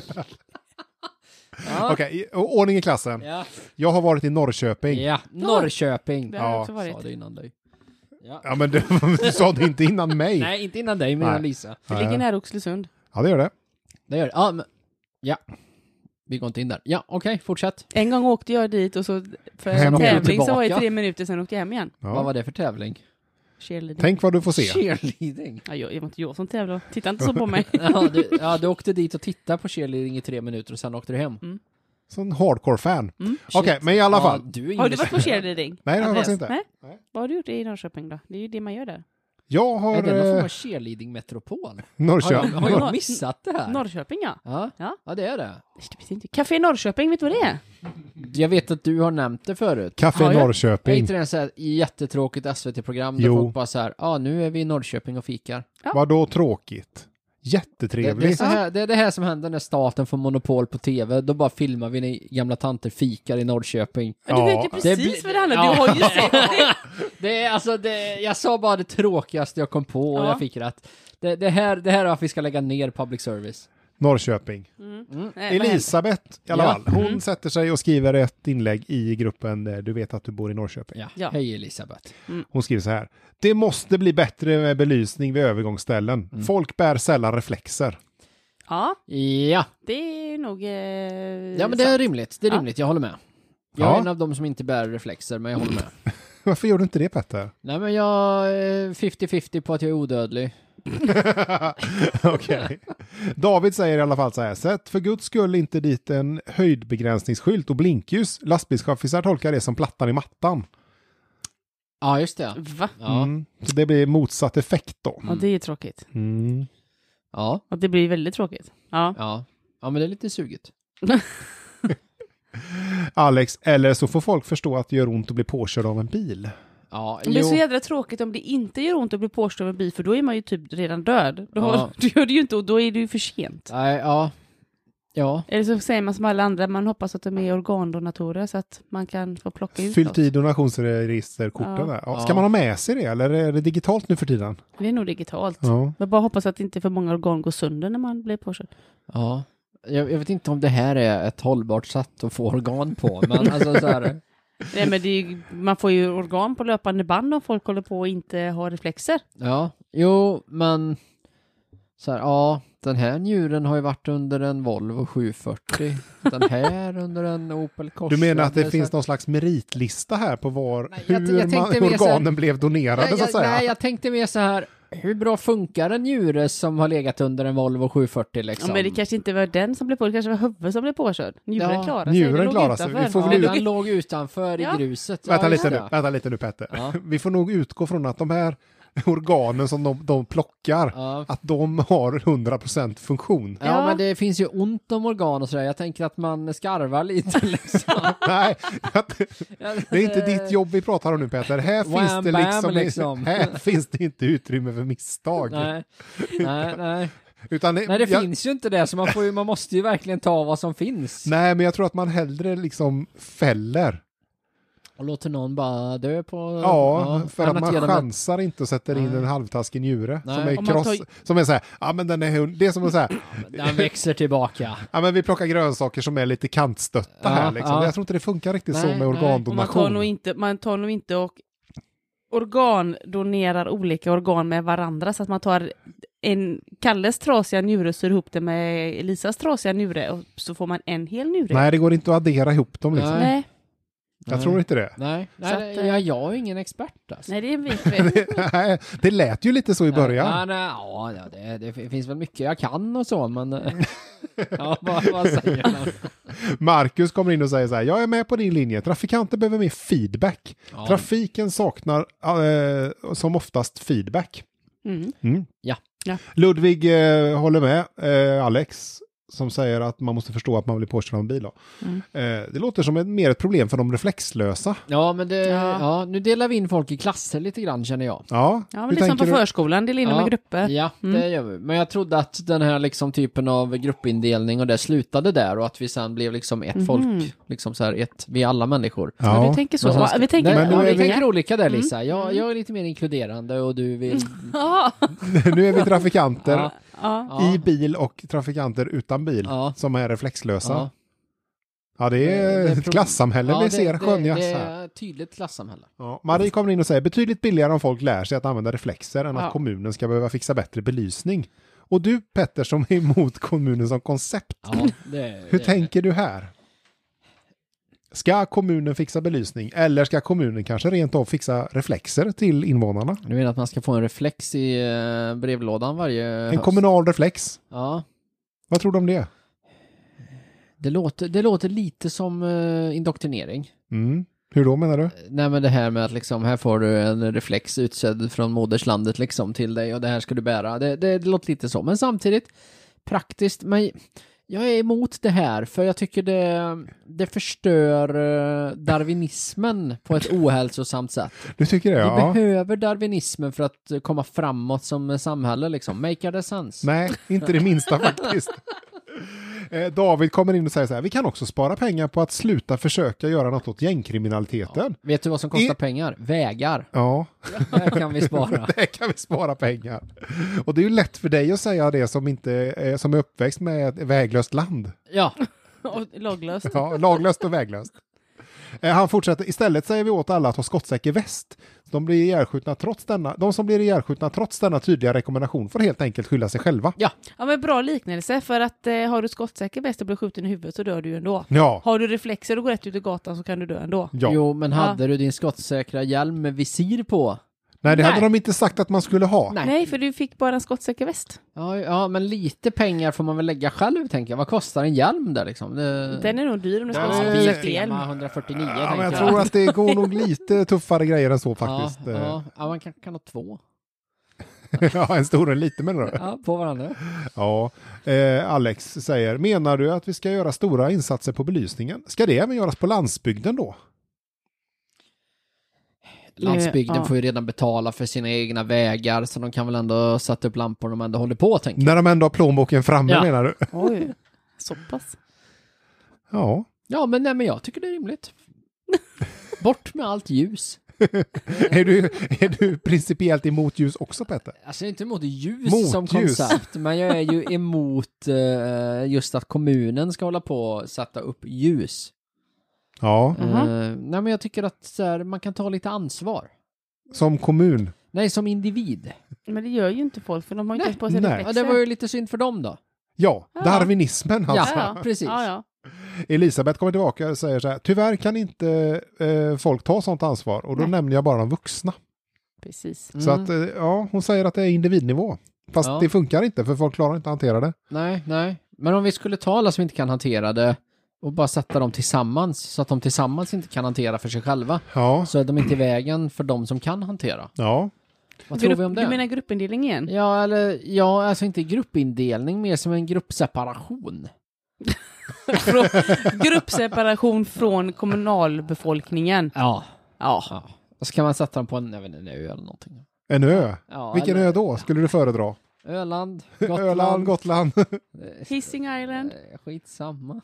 [SPEAKER 2] Ja.
[SPEAKER 1] Okej, ordning i klassen.
[SPEAKER 2] Ja.
[SPEAKER 1] Jag har varit i Norrköping.
[SPEAKER 2] Ja, Norrköping.
[SPEAKER 3] Det har jag
[SPEAKER 1] Ja,
[SPEAKER 3] också varit.
[SPEAKER 2] Sa det innan dig. Ja.
[SPEAKER 1] Ja, men du sa det inte innan mig.
[SPEAKER 2] Nej, inte innan dig, men
[SPEAKER 1] Nej.
[SPEAKER 2] innan Lisa.
[SPEAKER 3] Det ligger nära Oxelösund.
[SPEAKER 1] Ja, det gör det.
[SPEAKER 2] Det gör det. Ja, men... Ja. Vi går inte in där. Ja, okej, fortsätt.
[SPEAKER 3] En gång åkte jag dit och så för
[SPEAKER 1] Hem
[SPEAKER 3] en
[SPEAKER 1] igen.
[SPEAKER 3] tävling så var det
[SPEAKER 2] Tillbaka.
[SPEAKER 3] 3 minuter, sen åkte jag hem igen.
[SPEAKER 2] Vad
[SPEAKER 1] Ja.
[SPEAKER 2] var det för tävling?
[SPEAKER 3] Cheerleading.
[SPEAKER 1] Tänk vad du får se.
[SPEAKER 2] Cheerleading.
[SPEAKER 3] Ja, det var inte jag som tävlade. Titta inte så på mig.
[SPEAKER 2] Du åkte dit och tittade på cheerleading i 3 minuter och sen åkte du hem.
[SPEAKER 1] Sån hardcore-fan.
[SPEAKER 3] Mm.
[SPEAKER 1] Okej, men i alla fall.
[SPEAKER 2] Ja, du är
[SPEAKER 3] Har du varit på cheerleading?
[SPEAKER 1] Nej, det har jag
[SPEAKER 3] Andreas?
[SPEAKER 1] faktiskt inte.
[SPEAKER 3] Nej?
[SPEAKER 1] Nej.
[SPEAKER 3] Vad har du gjort i Norrköping då? Det är ju det man gör där.
[SPEAKER 1] Jag
[SPEAKER 2] Är
[SPEAKER 1] har
[SPEAKER 2] det någon form av cheerleading-metropol?
[SPEAKER 1] Norrköping.
[SPEAKER 2] Har jag missat det här?
[SPEAKER 3] Norrköping, ja.
[SPEAKER 2] Ja.
[SPEAKER 3] Ja.
[SPEAKER 2] Ja, det är det.
[SPEAKER 3] Det vet inte. Café Norrköping, vet du vad det är?
[SPEAKER 2] Jag vet att du har nämnt det förut.
[SPEAKER 1] Café
[SPEAKER 3] Har jag?
[SPEAKER 2] Är
[SPEAKER 1] Norrköping.
[SPEAKER 2] inte det en så här jättetråkigt SVT-program där
[SPEAKER 1] Jo.
[SPEAKER 2] folk bara så här, nu är vi i Norrköping och fikar.
[SPEAKER 3] Ja.
[SPEAKER 1] Vad då tråkigt?
[SPEAKER 2] Det är,
[SPEAKER 1] Jättetrevligt.
[SPEAKER 2] så här, det är det här som händer när staten får monopol på tv. Då bara filmar vi när gamla tanter fikar i Norrköping.
[SPEAKER 3] Ja, du vet ju
[SPEAKER 1] Ja.
[SPEAKER 3] precis vad det handlar.
[SPEAKER 2] Ja.
[SPEAKER 3] Du har ju sett det.
[SPEAKER 2] Det är alltså, jag sa bara det tråkigaste jag kom på och
[SPEAKER 3] Ja.
[SPEAKER 2] jag fick rätt. Det här är varför vi ska lägga ner public service.
[SPEAKER 1] Norrköping.
[SPEAKER 3] Nej,
[SPEAKER 1] Elisabeth i alla
[SPEAKER 2] Ja.
[SPEAKER 1] fall. Hon sätter sig och skriver ett inlägg i gruppen där du vet att du bor i Norrköping.
[SPEAKER 2] Ja.
[SPEAKER 3] Ja.
[SPEAKER 2] Hej Elisabeth.
[SPEAKER 1] Hon skriver så här. Det måste bli bättre med belysning vid övergångsställen. Folk bär sällan reflexer.
[SPEAKER 3] Ja,
[SPEAKER 2] Ja,
[SPEAKER 3] det är nog...
[SPEAKER 2] ja men det är rimligt. Det är
[SPEAKER 3] Ja.
[SPEAKER 2] rimligt, jag håller med. Jag
[SPEAKER 1] Ja.
[SPEAKER 2] är en av dem som inte bär reflexer, men jag håller med.
[SPEAKER 1] Varför gör du inte det, Petter?
[SPEAKER 2] Nej, men jag är 50-50 på att jag är odödlig.
[SPEAKER 1] Okej. David säger i alla fall så här: sätt för Guds skull inte dit en höjdbegränsningsskylt och blinkljus. Lastbilschaffisar tolkar det som plattan i mattan.
[SPEAKER 2] Ja, just det.
[SPEAKER 3] Va?
[SPEAKER 2] Ja.
[SPEAKER 1] Så det blir motsatt effekt då.
[SPEAKER 3] Ja, det är tråkigt.
[SPEAKER 2] Ja.
[SPEAKER 3] Och det blir väldigt tråkigt. Ja.
[SPEAKER 2] Ja. Ja, men det är lite suget.
[SPEAKER 1] Alex, eller så får folk förstå att det gör ont att bli påkörd av en bil.
[SPEAKER 2] Ja,
[SPEAKER 3] Det är så jädra tråkigt om det inte gör ont att bli påstådd av en bil, för då är man ju typ redan död. Då,
[SPEAKER 2] Ja.
[SPEAKER 3] då gör det ju inte, och då är det ju för sent.
[SPEAKER 2] Nej, ja. Ja.
[SPEAKER 3] Eller så säger man som alla andra, man hoppas att de är organdonatorer så att man kan få plocka ut
[SPEAKER 1] Fyllt
[SPEAKER 3] något.
[SPEAKER 1] i donationsregisterkorten
[SPEAKER 3] Ja.
[SPEAKER 1] där. Ja.
[SPEAKER 2] Ja.
[SPEAKER 1] Ska man ha med sig det, eller är det digitalt nu för tiden?
[SPEAKER 3] Det är nog digitalt.
[SPEAKER 1] Ja.
[SPEAKER 3] Men bara hoppas att det inte för många organ går sönder när man blir påkörd.
[SPEAKER 2] Ja. Jag vet inte om det här är ett hållbart sätt att få organ på, men alltså så här.
[SPEAKER 3] Nej, men det är, man får ju organ på löpande band om folk håller på och inte har reflexer.
[SPEAKER 2] Ja, jo, men så här, ja, den här njuren har ju varit under en Volvo 740. Den här under en Opel Corsa.
[SPEAKER 1] Du menar att det
[SPEAKER 2] så
[SPEAKER 1] finns någon slags meritlista här på var
[SPEAKER 2] Nej,
[SPEAKER 1] hur
[SPEAKER 2] jag tänkte mer så här-
[SPEAKER 1] organen blev donerade så att säga?
[SPEAKER 2] Nej, jag tänkte mer så här, hur bra funkar en njure som har legat under en Volvo 740 liksom?
[SPEAKER 3] Ja, men det kanske inte var den som blev påkörd, det kanske var huvudet som blev påkörd. Njuren
[SPEAKER 2] Ja,
[SPEAKER 3] klarar sig.
[SPEAKER 1] njuren
[SPEAKER 3] det låg
[SPEAKER 1] klarar sig.
[SPEAKER 3] utanför.
[SPEAKER 1] Vi får
[SPEAKER 2] Ja,
[SPEAKER 1] väl
[SPEAKER 2] den låg utanför
[SPEAKER 3] Ja.
[SPEAKER 2] i gruset.
[SPEAKER 1] Vänta,
[SPEAKER 2] Ja,
[SPEAKER 1] lite
[SPEAKER 2] just
[SPEAKER 1] nu,
[SPEAKER 2] det.
[SPEAKER 1] vänta lite nu, Petter.
[SPEAKER 2] Ja.
[SPEAKER 1] Vi får nog utgå från att de här organen som de plockar,
[SPEAKER 2] Ja.
[SPEAKER 1] att de har 100% funktion.
[SPEAKER 2] Ja,
[SPEAKER 3] Ja.
[SPEAKER 2] men det finns ju ont om organ och sådär. Jag tänker att man skarvar lite liksom.
[SPEAKER 1] Nej, det är inte ditt jobb vi pratar om nu, Petter. Här finns
[SPEAKER 2] Wham,
[SPEAKER 1] det
[SPEAKER 2] bam,
[SPEAKER 1] liksom. Här finns det inte utrymme för misstag.
[SPEAKER 2] Nej.
[SPEAKER 1] Utan
[SPEAKER 2] Nej, det finns ju inte det, så man måste ju verkligen ta vad som finns.
[SPEAKER 1] Nej, men jag tror att man hellre liksom fäller.
[SPEAKER 2] Och låter någon bara dö på...
[SPEAKER 1] Ja, för
[SPEAKER 2] än
[SPEAKER 1] att man
[SPEAKER 2] genom
[SPEAKER 1] chansar inte och sätter in
[SPEAKER 2] Nej.
[SPEAKER 1] en halvtaskig njure
[SPEAKER 2] Nej.
[SPEAKER 1] som är
[SPEAKER 3] Om man
[SPEAKER 1] kross, som är så här, ja men den är det är som att säga,
[SPEAKER 2] Den växer tillbaka.
[SPEAKER 1] ja men vi plockar grönsaker som är lite kantstötta
[SPEAKER 2] Ja,
[SPEAKER 1] här liksom.
[SPEAKER 2] ja.
[SPEAKER 1] Jag tror inte det funkar riktigt
[SPEAKER 2] Nej,
[SPEAKER 1] så med
[SPEAKER 2] nej.
[SPEAKER 3] Och
[SPEAKER 1] organdonation.
[SPEAKER 3] man tar nog inte och organdonerar olika organ med varandra, så att man tar en Kalles trasiga njure och syr ihop det med Elisas trasiga njure och så får man en hel njure.
[SPEAKER 1] Nej, det går inte att addera ihop dem liksom.
[SPEAKER 2] Nej.
[SPEAKER 3] Nej,
[SPEAKER 1] Jag tror inte det.
[SPEAKER 2] Nej,
[SPEAKER 3] Så att,
[SPEAKER 2] jag är ingen expert alltså.
[SPEAKER 3] nej, det är en vit.
[SPEAKER 1] Nej, det lät ju lite så i början.
[SPEAKER 2] Nej, det finns väl mycket jag kan och så, men... ja, vad säger man?
[SPEAKER 1] Marcus kommer in och säger så här, jag är med på din linje, trafikanter behöver mer feedback.
[SPEAKER 2] Ja.
[SPEAKER 1] Trafiken saknar som oftast feedback.
[SPEAKER 3] Mm.
[SPEAKER 2] Ja.
[SPEAKER 1] Ludvig håller med Alex som säger att man måste förstå att man blir påkörd av en bil. Då. Det låter som mer ett problem för de reflexlösa.
[SPEAKER 2] Ja, men
[SPEAKER 3] Ja.
[SPEAKER 2] nu delar vi in folk i klasser lite grann, känner jag.
[SPEAKER 1] Ja,
[SPEAKER 3] Ja, men
[SPEAKER 1] hur
[SPEAKER 3] det är som på
[SPEAKER 1] tänker du?
[SPEAKER 3] förskolan, det är inne med grupper.
[SPEAKER 2] Ja, det gör vi. Men jag trodde att den här liksom typen av gruppindelning och det slutade där och att vi sen blev liksom ett folk, liksom så här vi är alla människor.
[SPEAKER 3] Ja,
[SPEAKER 1] Ja.
[SPEAKER 3] vi tänker så.
[SPEAKER 2] Men sen
[SPEAKER 3] Vi tänker,
[SPEAKER 1] Men nu
[SPEAKER 2] ja,
[SPEAKER 1] är
[SPEAKER 2] vi
[SPEAKER 1] vi-
[SPEAKER 2] tänker olika där, Lisa. Jag är lite mer inkluderande och du vill...
[SPEAKER 3] Ja.
[SPEAKER 1] Nu är vi trafikanter
[SPEAKER 2] Ja.
[SPEAKER 3] Ja.
[SPEAKER 1] i bil och trafikanter utan bil
[SPEAKER 2] Ja.
[SPEAKER 1] som är reflexlösa.
[SPEAKER 2] Ja.
[SPEAKER 1] Ja, det är
[SPEAKER 2] Det är
[SPEAKER 1] ett klassamhälle vi ser skönjas
[SPEAKER 2] det
[SPEAKER 1] här.
[SPEAKER 2] är ett tydligt klassamhälle.
[SPEAKER 1] Ja, Marie kommer in och säger betydligt billigare om folk lär sig att använda reflexer än
[SPEAKER 3] Ja.
[SPEAKER 1] att kommunen ska behöva fixa bättre belysning. Och du, Petter, som är emot kommunen som koncept,
[SPEAKER 2] Ja,
[SPEAKER 1] hur tänker du här? Ska kommunen fixa belysning eller ska kommunen kanske rent av fixa reflexer till invånarna?
[SPEAKER 2] Du menar att man ska få en reflex i brevlådan varje
[SPEAKER 1] En
[SPEAKER 2] höst?
[SPEAKER 1] kommunal reflex.
[SPEAKER 2] Ja,
[SPEAKER 1] Vad tror du om det?
[SPEAKER 2] det låter lite som indoktrinering.
[SPEAKER 1] Mm. Hur då menar du?
[SPEAKER 2] Nej, men det här med att liksom, här får du en reflex utsedd från moderslandet liksom till dig och det här ska du bära. Det låter lite så, men samtidigt praktiskt, men jag är emot det här för jag tycker det förstör darwinismen på ett ohälsosamt sätt.
[SPEAKER 1] Du tycker det?
[SPEAKER 2] Vi
[SPEAKER 1] Ja.
[SPEAKER 2] behöver darwinismen för att komma framåt som samhälle liksom. Make it sense.
[SPEAKER 1] Nej, inte det minsta faktiskt. David kommer in och säger så här, vi kan också spara pengar på att sluta försöka göra något åt gängkriminaliteten.
[SPEAKER 2] Vet du vad som kostar pengar? Vägar.
[SPEAKER 1] Ja,
[SPEAKER 2] Där kan vi spara.
[SPEAKER 1] det kan vi spara pengar. Och det är ju lätt för dig att säga det som som är uppväxt med ett väglöst land.
[SPEAKER 2] Ja.
[SPEAKER 3] Och laglöst.
[SPEAKER 1] Ja, laglöst och väglöst. Han fortsätter, istället säger vi åt alla att ha skottsäker väst de som blir ihjälskjutna trots denna tydliga rekommendation får helt enkelt skylla sig själva.
[SPEAKER 3] Ja, men bra liknelse, för att har du skottsäker väst och blir skjuten i huvudet så dör du ju ändå.
[SPEAKER 1] Ja.
[SPEAKER 3] Har du reflexer och går rätt ut i gatan så kan du dö ändå.
[SPEAKER 1] Ja.
[SPEAKER 2] Jo, men hade du din skottsäkra hjälm med visir på?
[SPEAKER 1] Nej, det hade
[SPEAKER 3] Nej.
[SPEAKER 1] de inte sagt att man skulle ha.
[SPEAKER 3] Nej, för du fick bara en skottsäker väst.
[SPEAKER 2] Ja, men lite pengar får man väl lägga själv, tänker jag. Vad kostar en hjälm där liksom?
[SPEAKER 3] Den är nog dyr om du ska ha
[SPEAKER 1] Den
[SPEAKER 3] en
[SPEAKER 1] är-
[SPEAKER 3] skottsäker hjälm.
[SPEAKER 2] 149,
[SPEAKER 1] Ja,
[SPEAKER 2] tänker
[SPEAKER 1] men jag tror att det går nog lite tuffare grejer än så faktiskt.
[SPEAKER 2] Ja, man kan ha 2.
[SPEAKER 1] Ja, en stor och en liten menar du?
[SPEAKER 2] Ja, på varandra.
[SPEAKER 1] Ja, Alex säger, menar du att vi ska göra stora insatser på belysningen? Ska det även göras på landsbygden då?
[SPEAKER 2] Landsbygden
[SPEAKER 3] Ja.
[SPEAKER 2] får ju redan betala för sina egna vägar, så de kan väl ändå sätta upp lampor de ändå håller på, tänker jag.
[SPEAKER 1] När de ändå har plånboken framme
[SPEAKER 2] Ja.
[SPEAKER 1] menar du?
[SPEAKER 3] Oj, så pass.
[SPEAKER 1] Ja.
[SPEAKER 2] Ja, men jag tycker det är rimligt. Bort med allt ljus.
[SPEAKER 1] Är du principiellt emot ljus också, Petter?
[SPEAKER 2] Alltså jag är inte emot ljus
[SPEAKER 1] Mot
[SPEAKER 2] som
[SPEAKER 1] ljus.
[SPEAKER 2] koncept, men jag är ju emot just att kommunen ska hålla på och sätta upp ljus.
[SPEAKER 1] Ja,
[SPEAKER 2] Nej, men jag tycker att så här, man kan ta lite ansvar.
[SPEAKER 1] som kommun.
[SPEAKER 2] Nej, som individ.
[SPEAKER 3] Men det gör ju inte folk, för de har ju
[SPEAKER 2] Nej.
[SPEAKER 3] inte på sig
[SPEAKER 1] Nej.
[SPEAKER 2] Ja,
[SPEAKER 3] reflexer.
[SPEAKER 2] det var ju lite synd för dem då.
[SPEAKER 1] Ja,
[SPEAKER 3] Ja.
[SPEAKER 1] darwinismen alltså.
[SPEAKER 2] Ja, precis.
[SPEAKER 3] Ja.
[SPEAKER 1] Elisabeth kommer tillbaka och säger så här, tyvärr kan inte folk ta sånt ansvar. Och då
[SPEAKER 3] Nej.
[SPEAKER 1] nämner jag bara de vuxna.
[SPEAKER 3] Precis.
[SPEAKER 1] Så att, ja, hon säger att det är individnivå. Fast
[SPEAKER 2] Ja.
[SPEAKER 1] det funkar inte, för folk klarar inte att hantera det.
[SPEAKER 2] Nej. Men om vi skulle ta alla som inte kan hantera det och bara sätta dem tillsammans, så att de tillsammans inte kan hantera för sig själva,
[SPEAKER 1] Ja,
[SPEAKER 2] så är de inte i vägen för de som kan hantera.
[SPEAKER 1] ja.
[SPEAKER 2] Vad tror vi om det?
[SPEAKER 3] Du menar gruppindelning igen?
[SPEAKER 2] Ja, alltså inte gruppindelning, mer som en gruppseparation.
[SPEAKER 3] Gruppseparation från kommunalbefolkningen.
[SPEAKER 2] Ja.
[SPEAKER 3] Ja.
[SPEAKER 2] Och så kan man sätta dem på en ö eller någonting.
[SPEAKER 1] En ö.
[SPEAKER 2] Ja,
[SPEAKER 1] Vilken
[SPEAKER 2] eller-
[SPEAKER 1] ö då skulle du föredra?
[SPEAKER 2] Öland, Gotland.
[SPEAKER 1] Öland, Gotland.
[SPEAKER 3] Hising Island.
[SPEAKER 2] Skitsamma.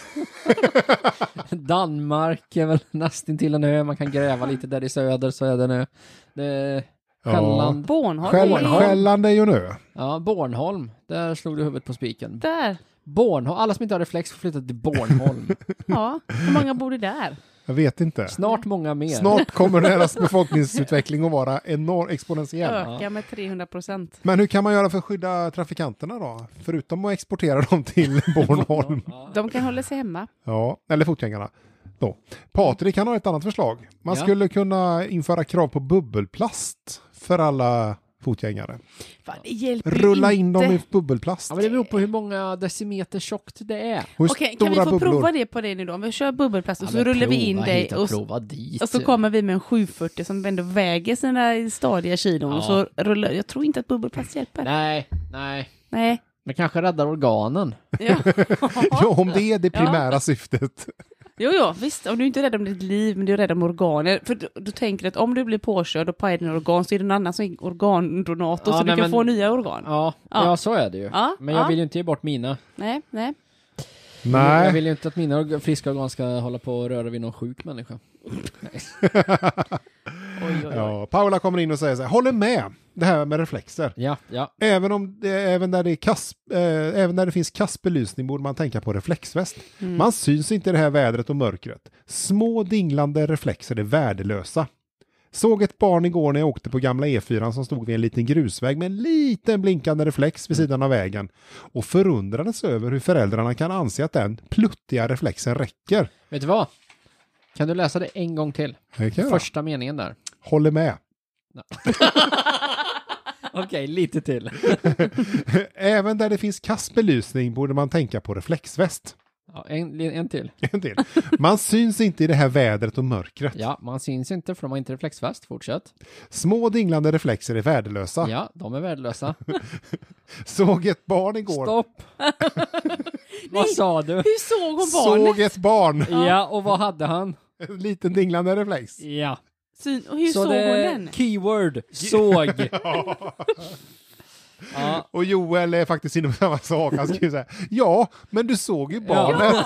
[SPEAKER 2] Danmark är väl nästan till en ö. Man kan gräva lite där i söder, så är det en ö. Själland.
[SPEAKER 3] Bornholm.
[SPEAKER 1] Själland är ju en ö.
[SPEAKER 2] Ja, Bornholm. Där slog du huvudet på spiken.
[SPEAKER 3] Där.
[SPEAKER 2] Bornholm. Alla som inte har reflex får flytta till Bornholm.
[SPEAKER 3] Ja. Hur många bor det där?
[SPEAKER 1] Jag vet inte.
[SPEAKER 2] Snart många mer.
[SPEAKER 1] Snart kommer deras befolkningsutveckling att vara enorm exponentiell.
[SPEAKER 3] Öka med 300%.
[SPEAKER 1] Men hur kan man göra för att skydda trafikanterna då? Förutom att exportera dem till Bornholm.
[SPEAKER 3] De kan hålla sig hemma.
[SPEAKER 1] Ja, eller fotgängarna. Då. Patrik kan ha ett annat förslag. Man
[SPEAKER 2] Ja.
[SPEAKER 1] skulle kunna införa krav på bubbelplast för alla fotgängare.
[SPEAKER 3] Fan, det hjälper
[SPEAKER 1] Rulla
[SPEAKER 3] ju
[SPEAKER 1] in
[SPEAKER 3] inte.
[SPEAKER 1] dem i bubbelplast.
[SPEAKER 2] Ja, men det beror på hur många decimeter tjockt det är.
[SPEAKER 1] Hur
[SPEAKER 3] Okej, kan vi
[SPEAKER 1] stora
[SPEAKER 3] få
[SPEAKER 1] bubblor?
[SPEAKER 3] prova det på dig nu då? Om vi kör bubbelplast och
[SPEAKER 2] Ja,
[SPEAKER 3] så
[SPEAKER 2] men
[SPEAKER 3] rullar vi
[SPEAKER 2] prova
[SPEAKER 3] in dig
[SPEAKER 2] hit
[SPEAKER 3] och,
[SPEAKER 2] prova dit.
[SPEAKER 3] och så kommer vi med en 740 som ändå väger sina stadiga kilon
[SPEAKER 2] Ja.
[SPEAKER 3] och så rullar. Jag tror inte att bubbelplast hjälper.
[SPEAKER 2] Nej.
[SPEAKER 3] Nej.
[SPEAKER 2] Men kanske räddar organen.
[SPEAKER 3] Ja.
[SPEAKER 1] Ja, om det är det primära syftet.
[SPEAKER 3] Jo, visst. Om du inte är rädd om ditt liv, men du är rädd om organer. För du tänker att om du blir påkörd och pajar dina organ så är det någon annan som är organdonator
[SPEAKER 2] Ja,
[SPEAKER 3] så
[SPEAKER 2] nej,
[SPEAKER 3] du kan
[SPEAKER 2] men-
[SPEAKER 3] få nya organ.
[SPEAKER 2] Ja,
[SPEAKER 3] Ja.
[SPEAKER 2] så är det ju.
[SPEAKER 3] Ja,
[SPEAKER 2] Men jag
[SPEAKER 3] ja.
[SPEAKER 2] vill ju inte ge bort mina.
[SPEAKER 3] Nej.
[SPEAKER 2] Jag
[SPEAKER 1] Nej.
[SPEAKER 2] vill ju inte att mina friska organ ska hålla på och röra vid någon sjuk människa.
[SPEAKER 3] Oj.
[SPEAKER 1] Ja, Paula kommer in och säger så här, håller med det här med reflexer.
[SPEAKER 2] Ja.
[SPEAKER 1] Även där det finns kassbelysning borde man tänka på reflexväst.
[SPEAKER 3] Mm.
[SPEAKER 1] Man syns inte i det här vädret och mörkret. Små dinglande reflexer är värdelösa. Såg ett barn igår när jag åkte på gamla E4 som stod vid en liten grusväg med en liten blinkande reflex vid sidan av vägen och förundrades över hur föräldrarna kan anse att den pluttiga reflexen räcker.
[SPEAKER 2] Vet du vad? Kan du läsa det en gång till?
[SPEAKER 1] Det kan jag göra.
[SPEAKER 2] Första meningen där.
[SPEAKER 1] Håller med.
[SPEAKER 2] Okej, lite till.
[SPEAKER 1] Även där det finns kassbelysning borde man tänka på reflexväst.
[SPEAKER 2] Ja, en till.
[SPEAKER 1] En till. Man syns inte i det här vädret och mörkret.
[SPEAKER 2] Ja, man syns inte för de har inte reflexväst. Fortsätt.
[SPEAKER 1] Små dinglande reflexer är värdelösa.
[SPEAKER 2] Ja, de är värdelösa.
[SPEAKER 1] Såg ett barn igår.
[SPEAKER 2] Stopp! Vad sa du?
[SPEAKER 3] Hur såg hon barnet?
[SPEAKER 1] Såg ett barn.
[SPEAKER 2] Ja, och vad hade han?
[SPEAKER 1] En liten dinglande reflex.
[SPEAKER 2] Ja.
[SPEAKER 3] Och hur
[SPEAKER 2] Så
[SPEAKER 3] såg
[SPEAKER 2] det
[SPEAKER 3] hon
[SPEAKER 2] är
[SPEAKER 3] den?
[SPEAKER 2] keyword. Såg. Ja.
[SPEAKER 1] Och Joel är faktiskt inne på samma sak. Han skriver så här, ja, men du såg ju barnet.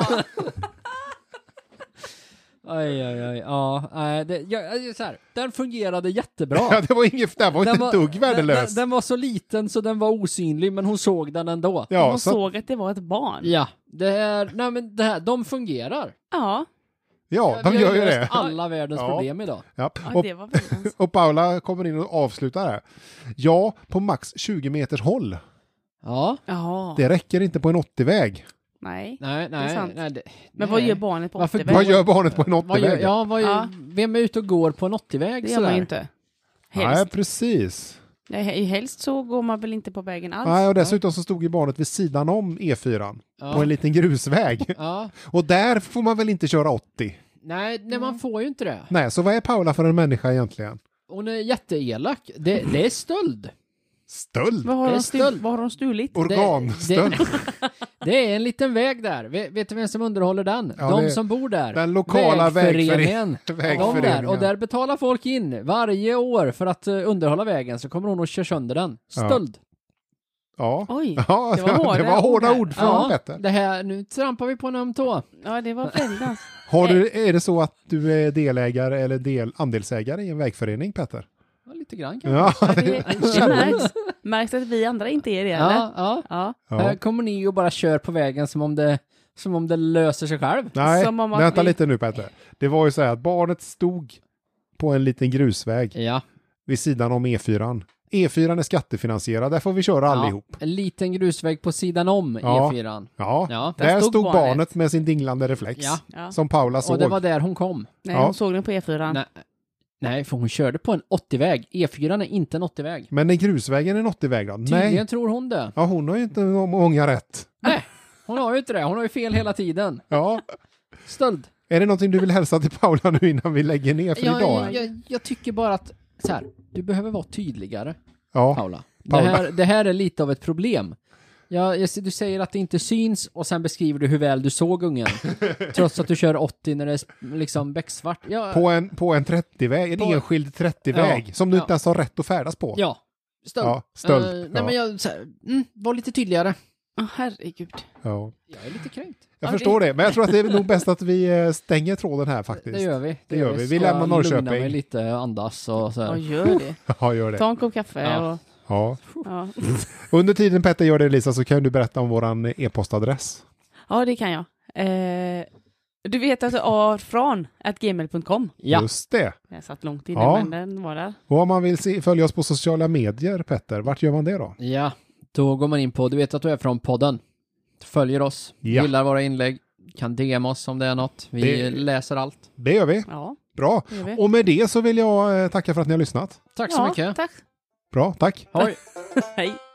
[SPEAKER 2] Aj. Ja, så här. Den fungerade jättebra.
[SPEAKER 1] Ja, det var inte ett dugg värdelös.
[SPEAKER 2] Den var så liten så den var osynlig, men hon såg den ändå.
[SPEAKER 1] Ja,
[SPEAKER 3] Hon
[SPEAKER 1] så,
[SPEAKER 3] såg att det var ett barn.
[SPEAKER 2] Ja, de fungerar.
[SPEAKER 3] Ja.
[SPEAKER 1] Ja, de
[SPEAKER 2] Vi har
[SPEAKER 1] gör ju
[SPEAKER 2] löst
[SPEAKER 1] det.
[SPEAKER 2] alla världens
[SPEAKER 1] Ja.
[SPEAKER 2] problem idag.
[SPEAKER 1] Ja.
[SPEAKER 3] Ja, det var väldigt...
[SPEAKER 1] Och Paula kommer in och avslutar här. Ja, på max 20 meters håll.
[SPEAKER 2] Ja.
[SPEAKER 3] Ja,
[SPEAKER 1] Det räcker inte på en 80-väg.
[SPEAKER 3] nej.
[SPEAKER 2] Nej,
[SPEAKER 3] är sant.
[SPEAKER 2] nej.
[SPEAKER 3] Men vad gör barnet på
[SPEAKER 2] Varför
[SPEAKER 3] 80-väg?
[SPEAKER 1] Vad gör barnet på en
[SPEAKER 2] Vad gör,
[SPEAKER 1] 80-väg?
[SPEAKER 2] ja, vad gör,
[SPEAKER 3] Ja.
[SPEAKER 2] Vem är ute och går på en 80-väg
[SPEAKER 3] Det gör man ju inte. Helst.
[SPEAKER 1] Nej, precis.
[SPEAKER 3] Nej, helst så går man väl inte på vägen alls.
[SPEAKER 1] Nej, och dessutom så stod ju barnet vid sidan om E4
[SPEAKER 2] Ja.
[SPEAKER 1] på en liten grusväg.
[SPEAKER 2] Ja.
[SPEAKER 1] Och där får man väl inte köra 80?
[SPEAKER 2] Nej, man får ju inte det.
[SPEAKER 1] Nej, så vad är Paula för en människa egentligen?
[SPEAKER 2] Hon är jätteelak. Det är stöld.
[SPEAKER 1] Stöld?
[SPEAKER 3] Vad har,
[SPEAKER 2] Det är
[SPEAKER 3] de
[SPEAKER 2] stöld.
[SPEAKER 3] vad har de stulit?
[SPEAKER 1] Organstöld?
[SPEAKER 2] Det är en liten väg där. Vet du vem som underhåller den?
[SPEAKER 1] Ja,
[SPEAKER 2] De
[SPEAKER 1] det-
[SPEAKER 2] som bor där.
[SPEAKER 1] Den lokala
[SPEAKER 2] Vägföreningen. De där.
[SPEAKER 1] vägföreningen.
[SPEAKER 2] Och där betalar folk in varje år för att underhålla vägen. Så kommer hon och kör sönder den. Stöld.
[SPEAKER 1] Ja.
[SPEAKER 3] Oj,
[SPEAKER 1] Ja,
[SPEAKER 3] det var
[SPEAKER 1] det var hårda ord från
[SPEAKER 2] Ja,
[SPEAKER 1] Petter.
[SPEAKER 2] det här, nu trampar vi på en öm tå.
[SPEAKER 3] ja det var väldigt...
[SPEAKER 1] Är det så att du är delägare eller andelsägare i en vägförening, Petter?
[SPEAKER 2] Ja, lite grann kanske.
[SPEAKER 1] Ja,
[SPEAKER 3] Det märks att vi andra inte är det, eller?
[SPEAKER 2] Ja.
[SPEAKER 3] Ja.
[SPEAKER 2] Här
[SPEAKER 1] ja.
[SPEAKER 2] kommer ni och bara kör på vägen som om det löser sig själv.
[SPEAKER 1] Nej,
[SPEAKER 3] Som om att
[SPEAKER 1] vänta
[SPEAKER 3] vi-
[SPEAKER 1] lite nu Petter. Det var ju så här att barnet stod på en liten grusväg
[SPEAKER 2] Ja.
[SPEAKER 1] vid sidan om E4. E4 är skattefinansierad, där får vi köra allihop.
[SPEAKER 2] En liten grusväg på sidan om
[SPEAKER 1] Ja.
[SPEAKER 2] E4.
[SPEAKER 1] Ja,
[SPEAKER 2] Ja.
[SPEAKER 1] där
[SPEAKER 3] Där
[SPEAKER 1] stod
[SPEAKER 3] stod
[SPEAKER 1] barnet.
[SPEAKER 3] barnet
[SPEAKER 1] med sin dinglande reflex.
[SPEAKER 2] Ja.
[SPEAKER 3] Ja.
[SPEAKER 1] Som Paula såg.
[SPEAKER 2] Och det var där hon kom.
[SPEAKER 3] Nej,
[SPEAKER 1] Ja.
[SPEAKER 3] hon såg den på E4.
[SPEAKER 2] Nej, för hon körde på en 80-väg. E4 är inte en 80-väg.
[SPEAKER 1] Men är grusvägen en 80-väg då?
[SPEAKER 2] Tydligen
[SPEAKER 1] Nej.
[SPEAKER 2] tror hon det.
[SPEAKER 1] Ja, hon har ju inte många rätt.
[SPEAKER 2] Nej, hon har ju inte det. Hon har ju fel hela tiden.
[SPEAKER 1] Ja.
[SPEAKER 2] Stöld.
[SPEAKER 1] Är det någonting du vill hälsa till Paula nu innan vi lägger ner för idag?
[SPEAKER 2] Jag tycker bara att, så här, du behöver vara tydligare,
[SPEAKER 1] Ja.
[SPEAKER 2] Paula.
[SPEAKER 1] Paula.
[SPEAKER 2] Det här är lite av ett problem. Du säger att det inte syns och sen beskriver du hur väl du såg ungen. Trots att du kör 80 när det är liksom becksvart. Ja,
[SPEAKER 1] På en 30-väg, en
[SPEAKER 2] På-
[SPEAKER 1] enskild 30-väg
[SPEAKER 2] Ja.
[SPEAKER 1] som du
[SPEAKER 2] Ja.
[SPEAKER 1] inte ens har rätt att färdas på.
[SPEAKER 2] ja. Stöld.
[SPEAKER 1] Ja, stöld.
[SPEAKER 2] Nej,
[SPEAKER 1] Ja.
[SPEAKER 2] men var lite tydligare.
[SPEAKER 3] Herregud.
[SPEAKER 1] Ja.
[SPEAKER 2] Jag är lite kränkt.
[SPEAKER 1] Jag
[SPEAKER 3] Ja,
[SPEAKER 1] förstår det, men jag tror att det är nog bäst att vi stänger tråden här faktiskt.
[SPEAKER 2] Det gör vi.
[SPEAKER 1] Det gör vi. Vi
[SPEAKER 2] Ska
[SPEAKER 1] lämnar
[SPEAKER 2] lugna
[SPEAKER 1] Norrköping.
[SPEAKER 2] mig lite, andas och så
[SPEAKER 3] Ja,
[SPEAKER 2] här.
[SPEAKER 3] gör det.
[SPEAKER 1] Ja, gör det.
[SPEAKER 3] Ta en kopp kaffe
[SPEAKER 2] Ja.
[SPEAKER 3] och...
[SPEAKER 1] Ja.
[SPEAKER 3] Ja.
[SPEAKER 1] Under tiden Petter gör det, Lisa, så kan du berätta om våran e-postadress.
[SPEAKER 3] Ja, det kan jag. Du vet alltså arfran@gmail.com.
[SPEAKER 2] Ja.
[SPEAKER 1] Just det.
[SPEAKER 3] Jag satt långt inne,
[SPEAKER 1] Ja.
[SPEAKER 3] men den var där.
[SPEAKER 1] Och om man vill följa oss på sociala medier, Petter, vart gör man det då?
[SPEAKER 2] Ja, då går man in på, du vet att du är från podden. Följer oss,
[SPEAKER 1] Ja.
[SPEAKER 2] gillar våra inlägg, kan DM oss om det är något. Vi
[SPEAKER 1] Det-
[SPEAKER 2] läser allt.
[SPEAKER 1] Det gör vi.
[SPEAKER 3] Ja,
[SPEAKER 1] Bra.
[SPEAKER 3] det gör vi.
[SPEAKER 1] Och med det så vill jag tacka för att ni har lyssnat.
[SPEAKER 2] Tack så mycket.
[SPEAKER 3] Tack.
[SPEAKER 1] Bra, tack.
[SPEAKER 2] Hej.
[SPEAKER 3] Hej.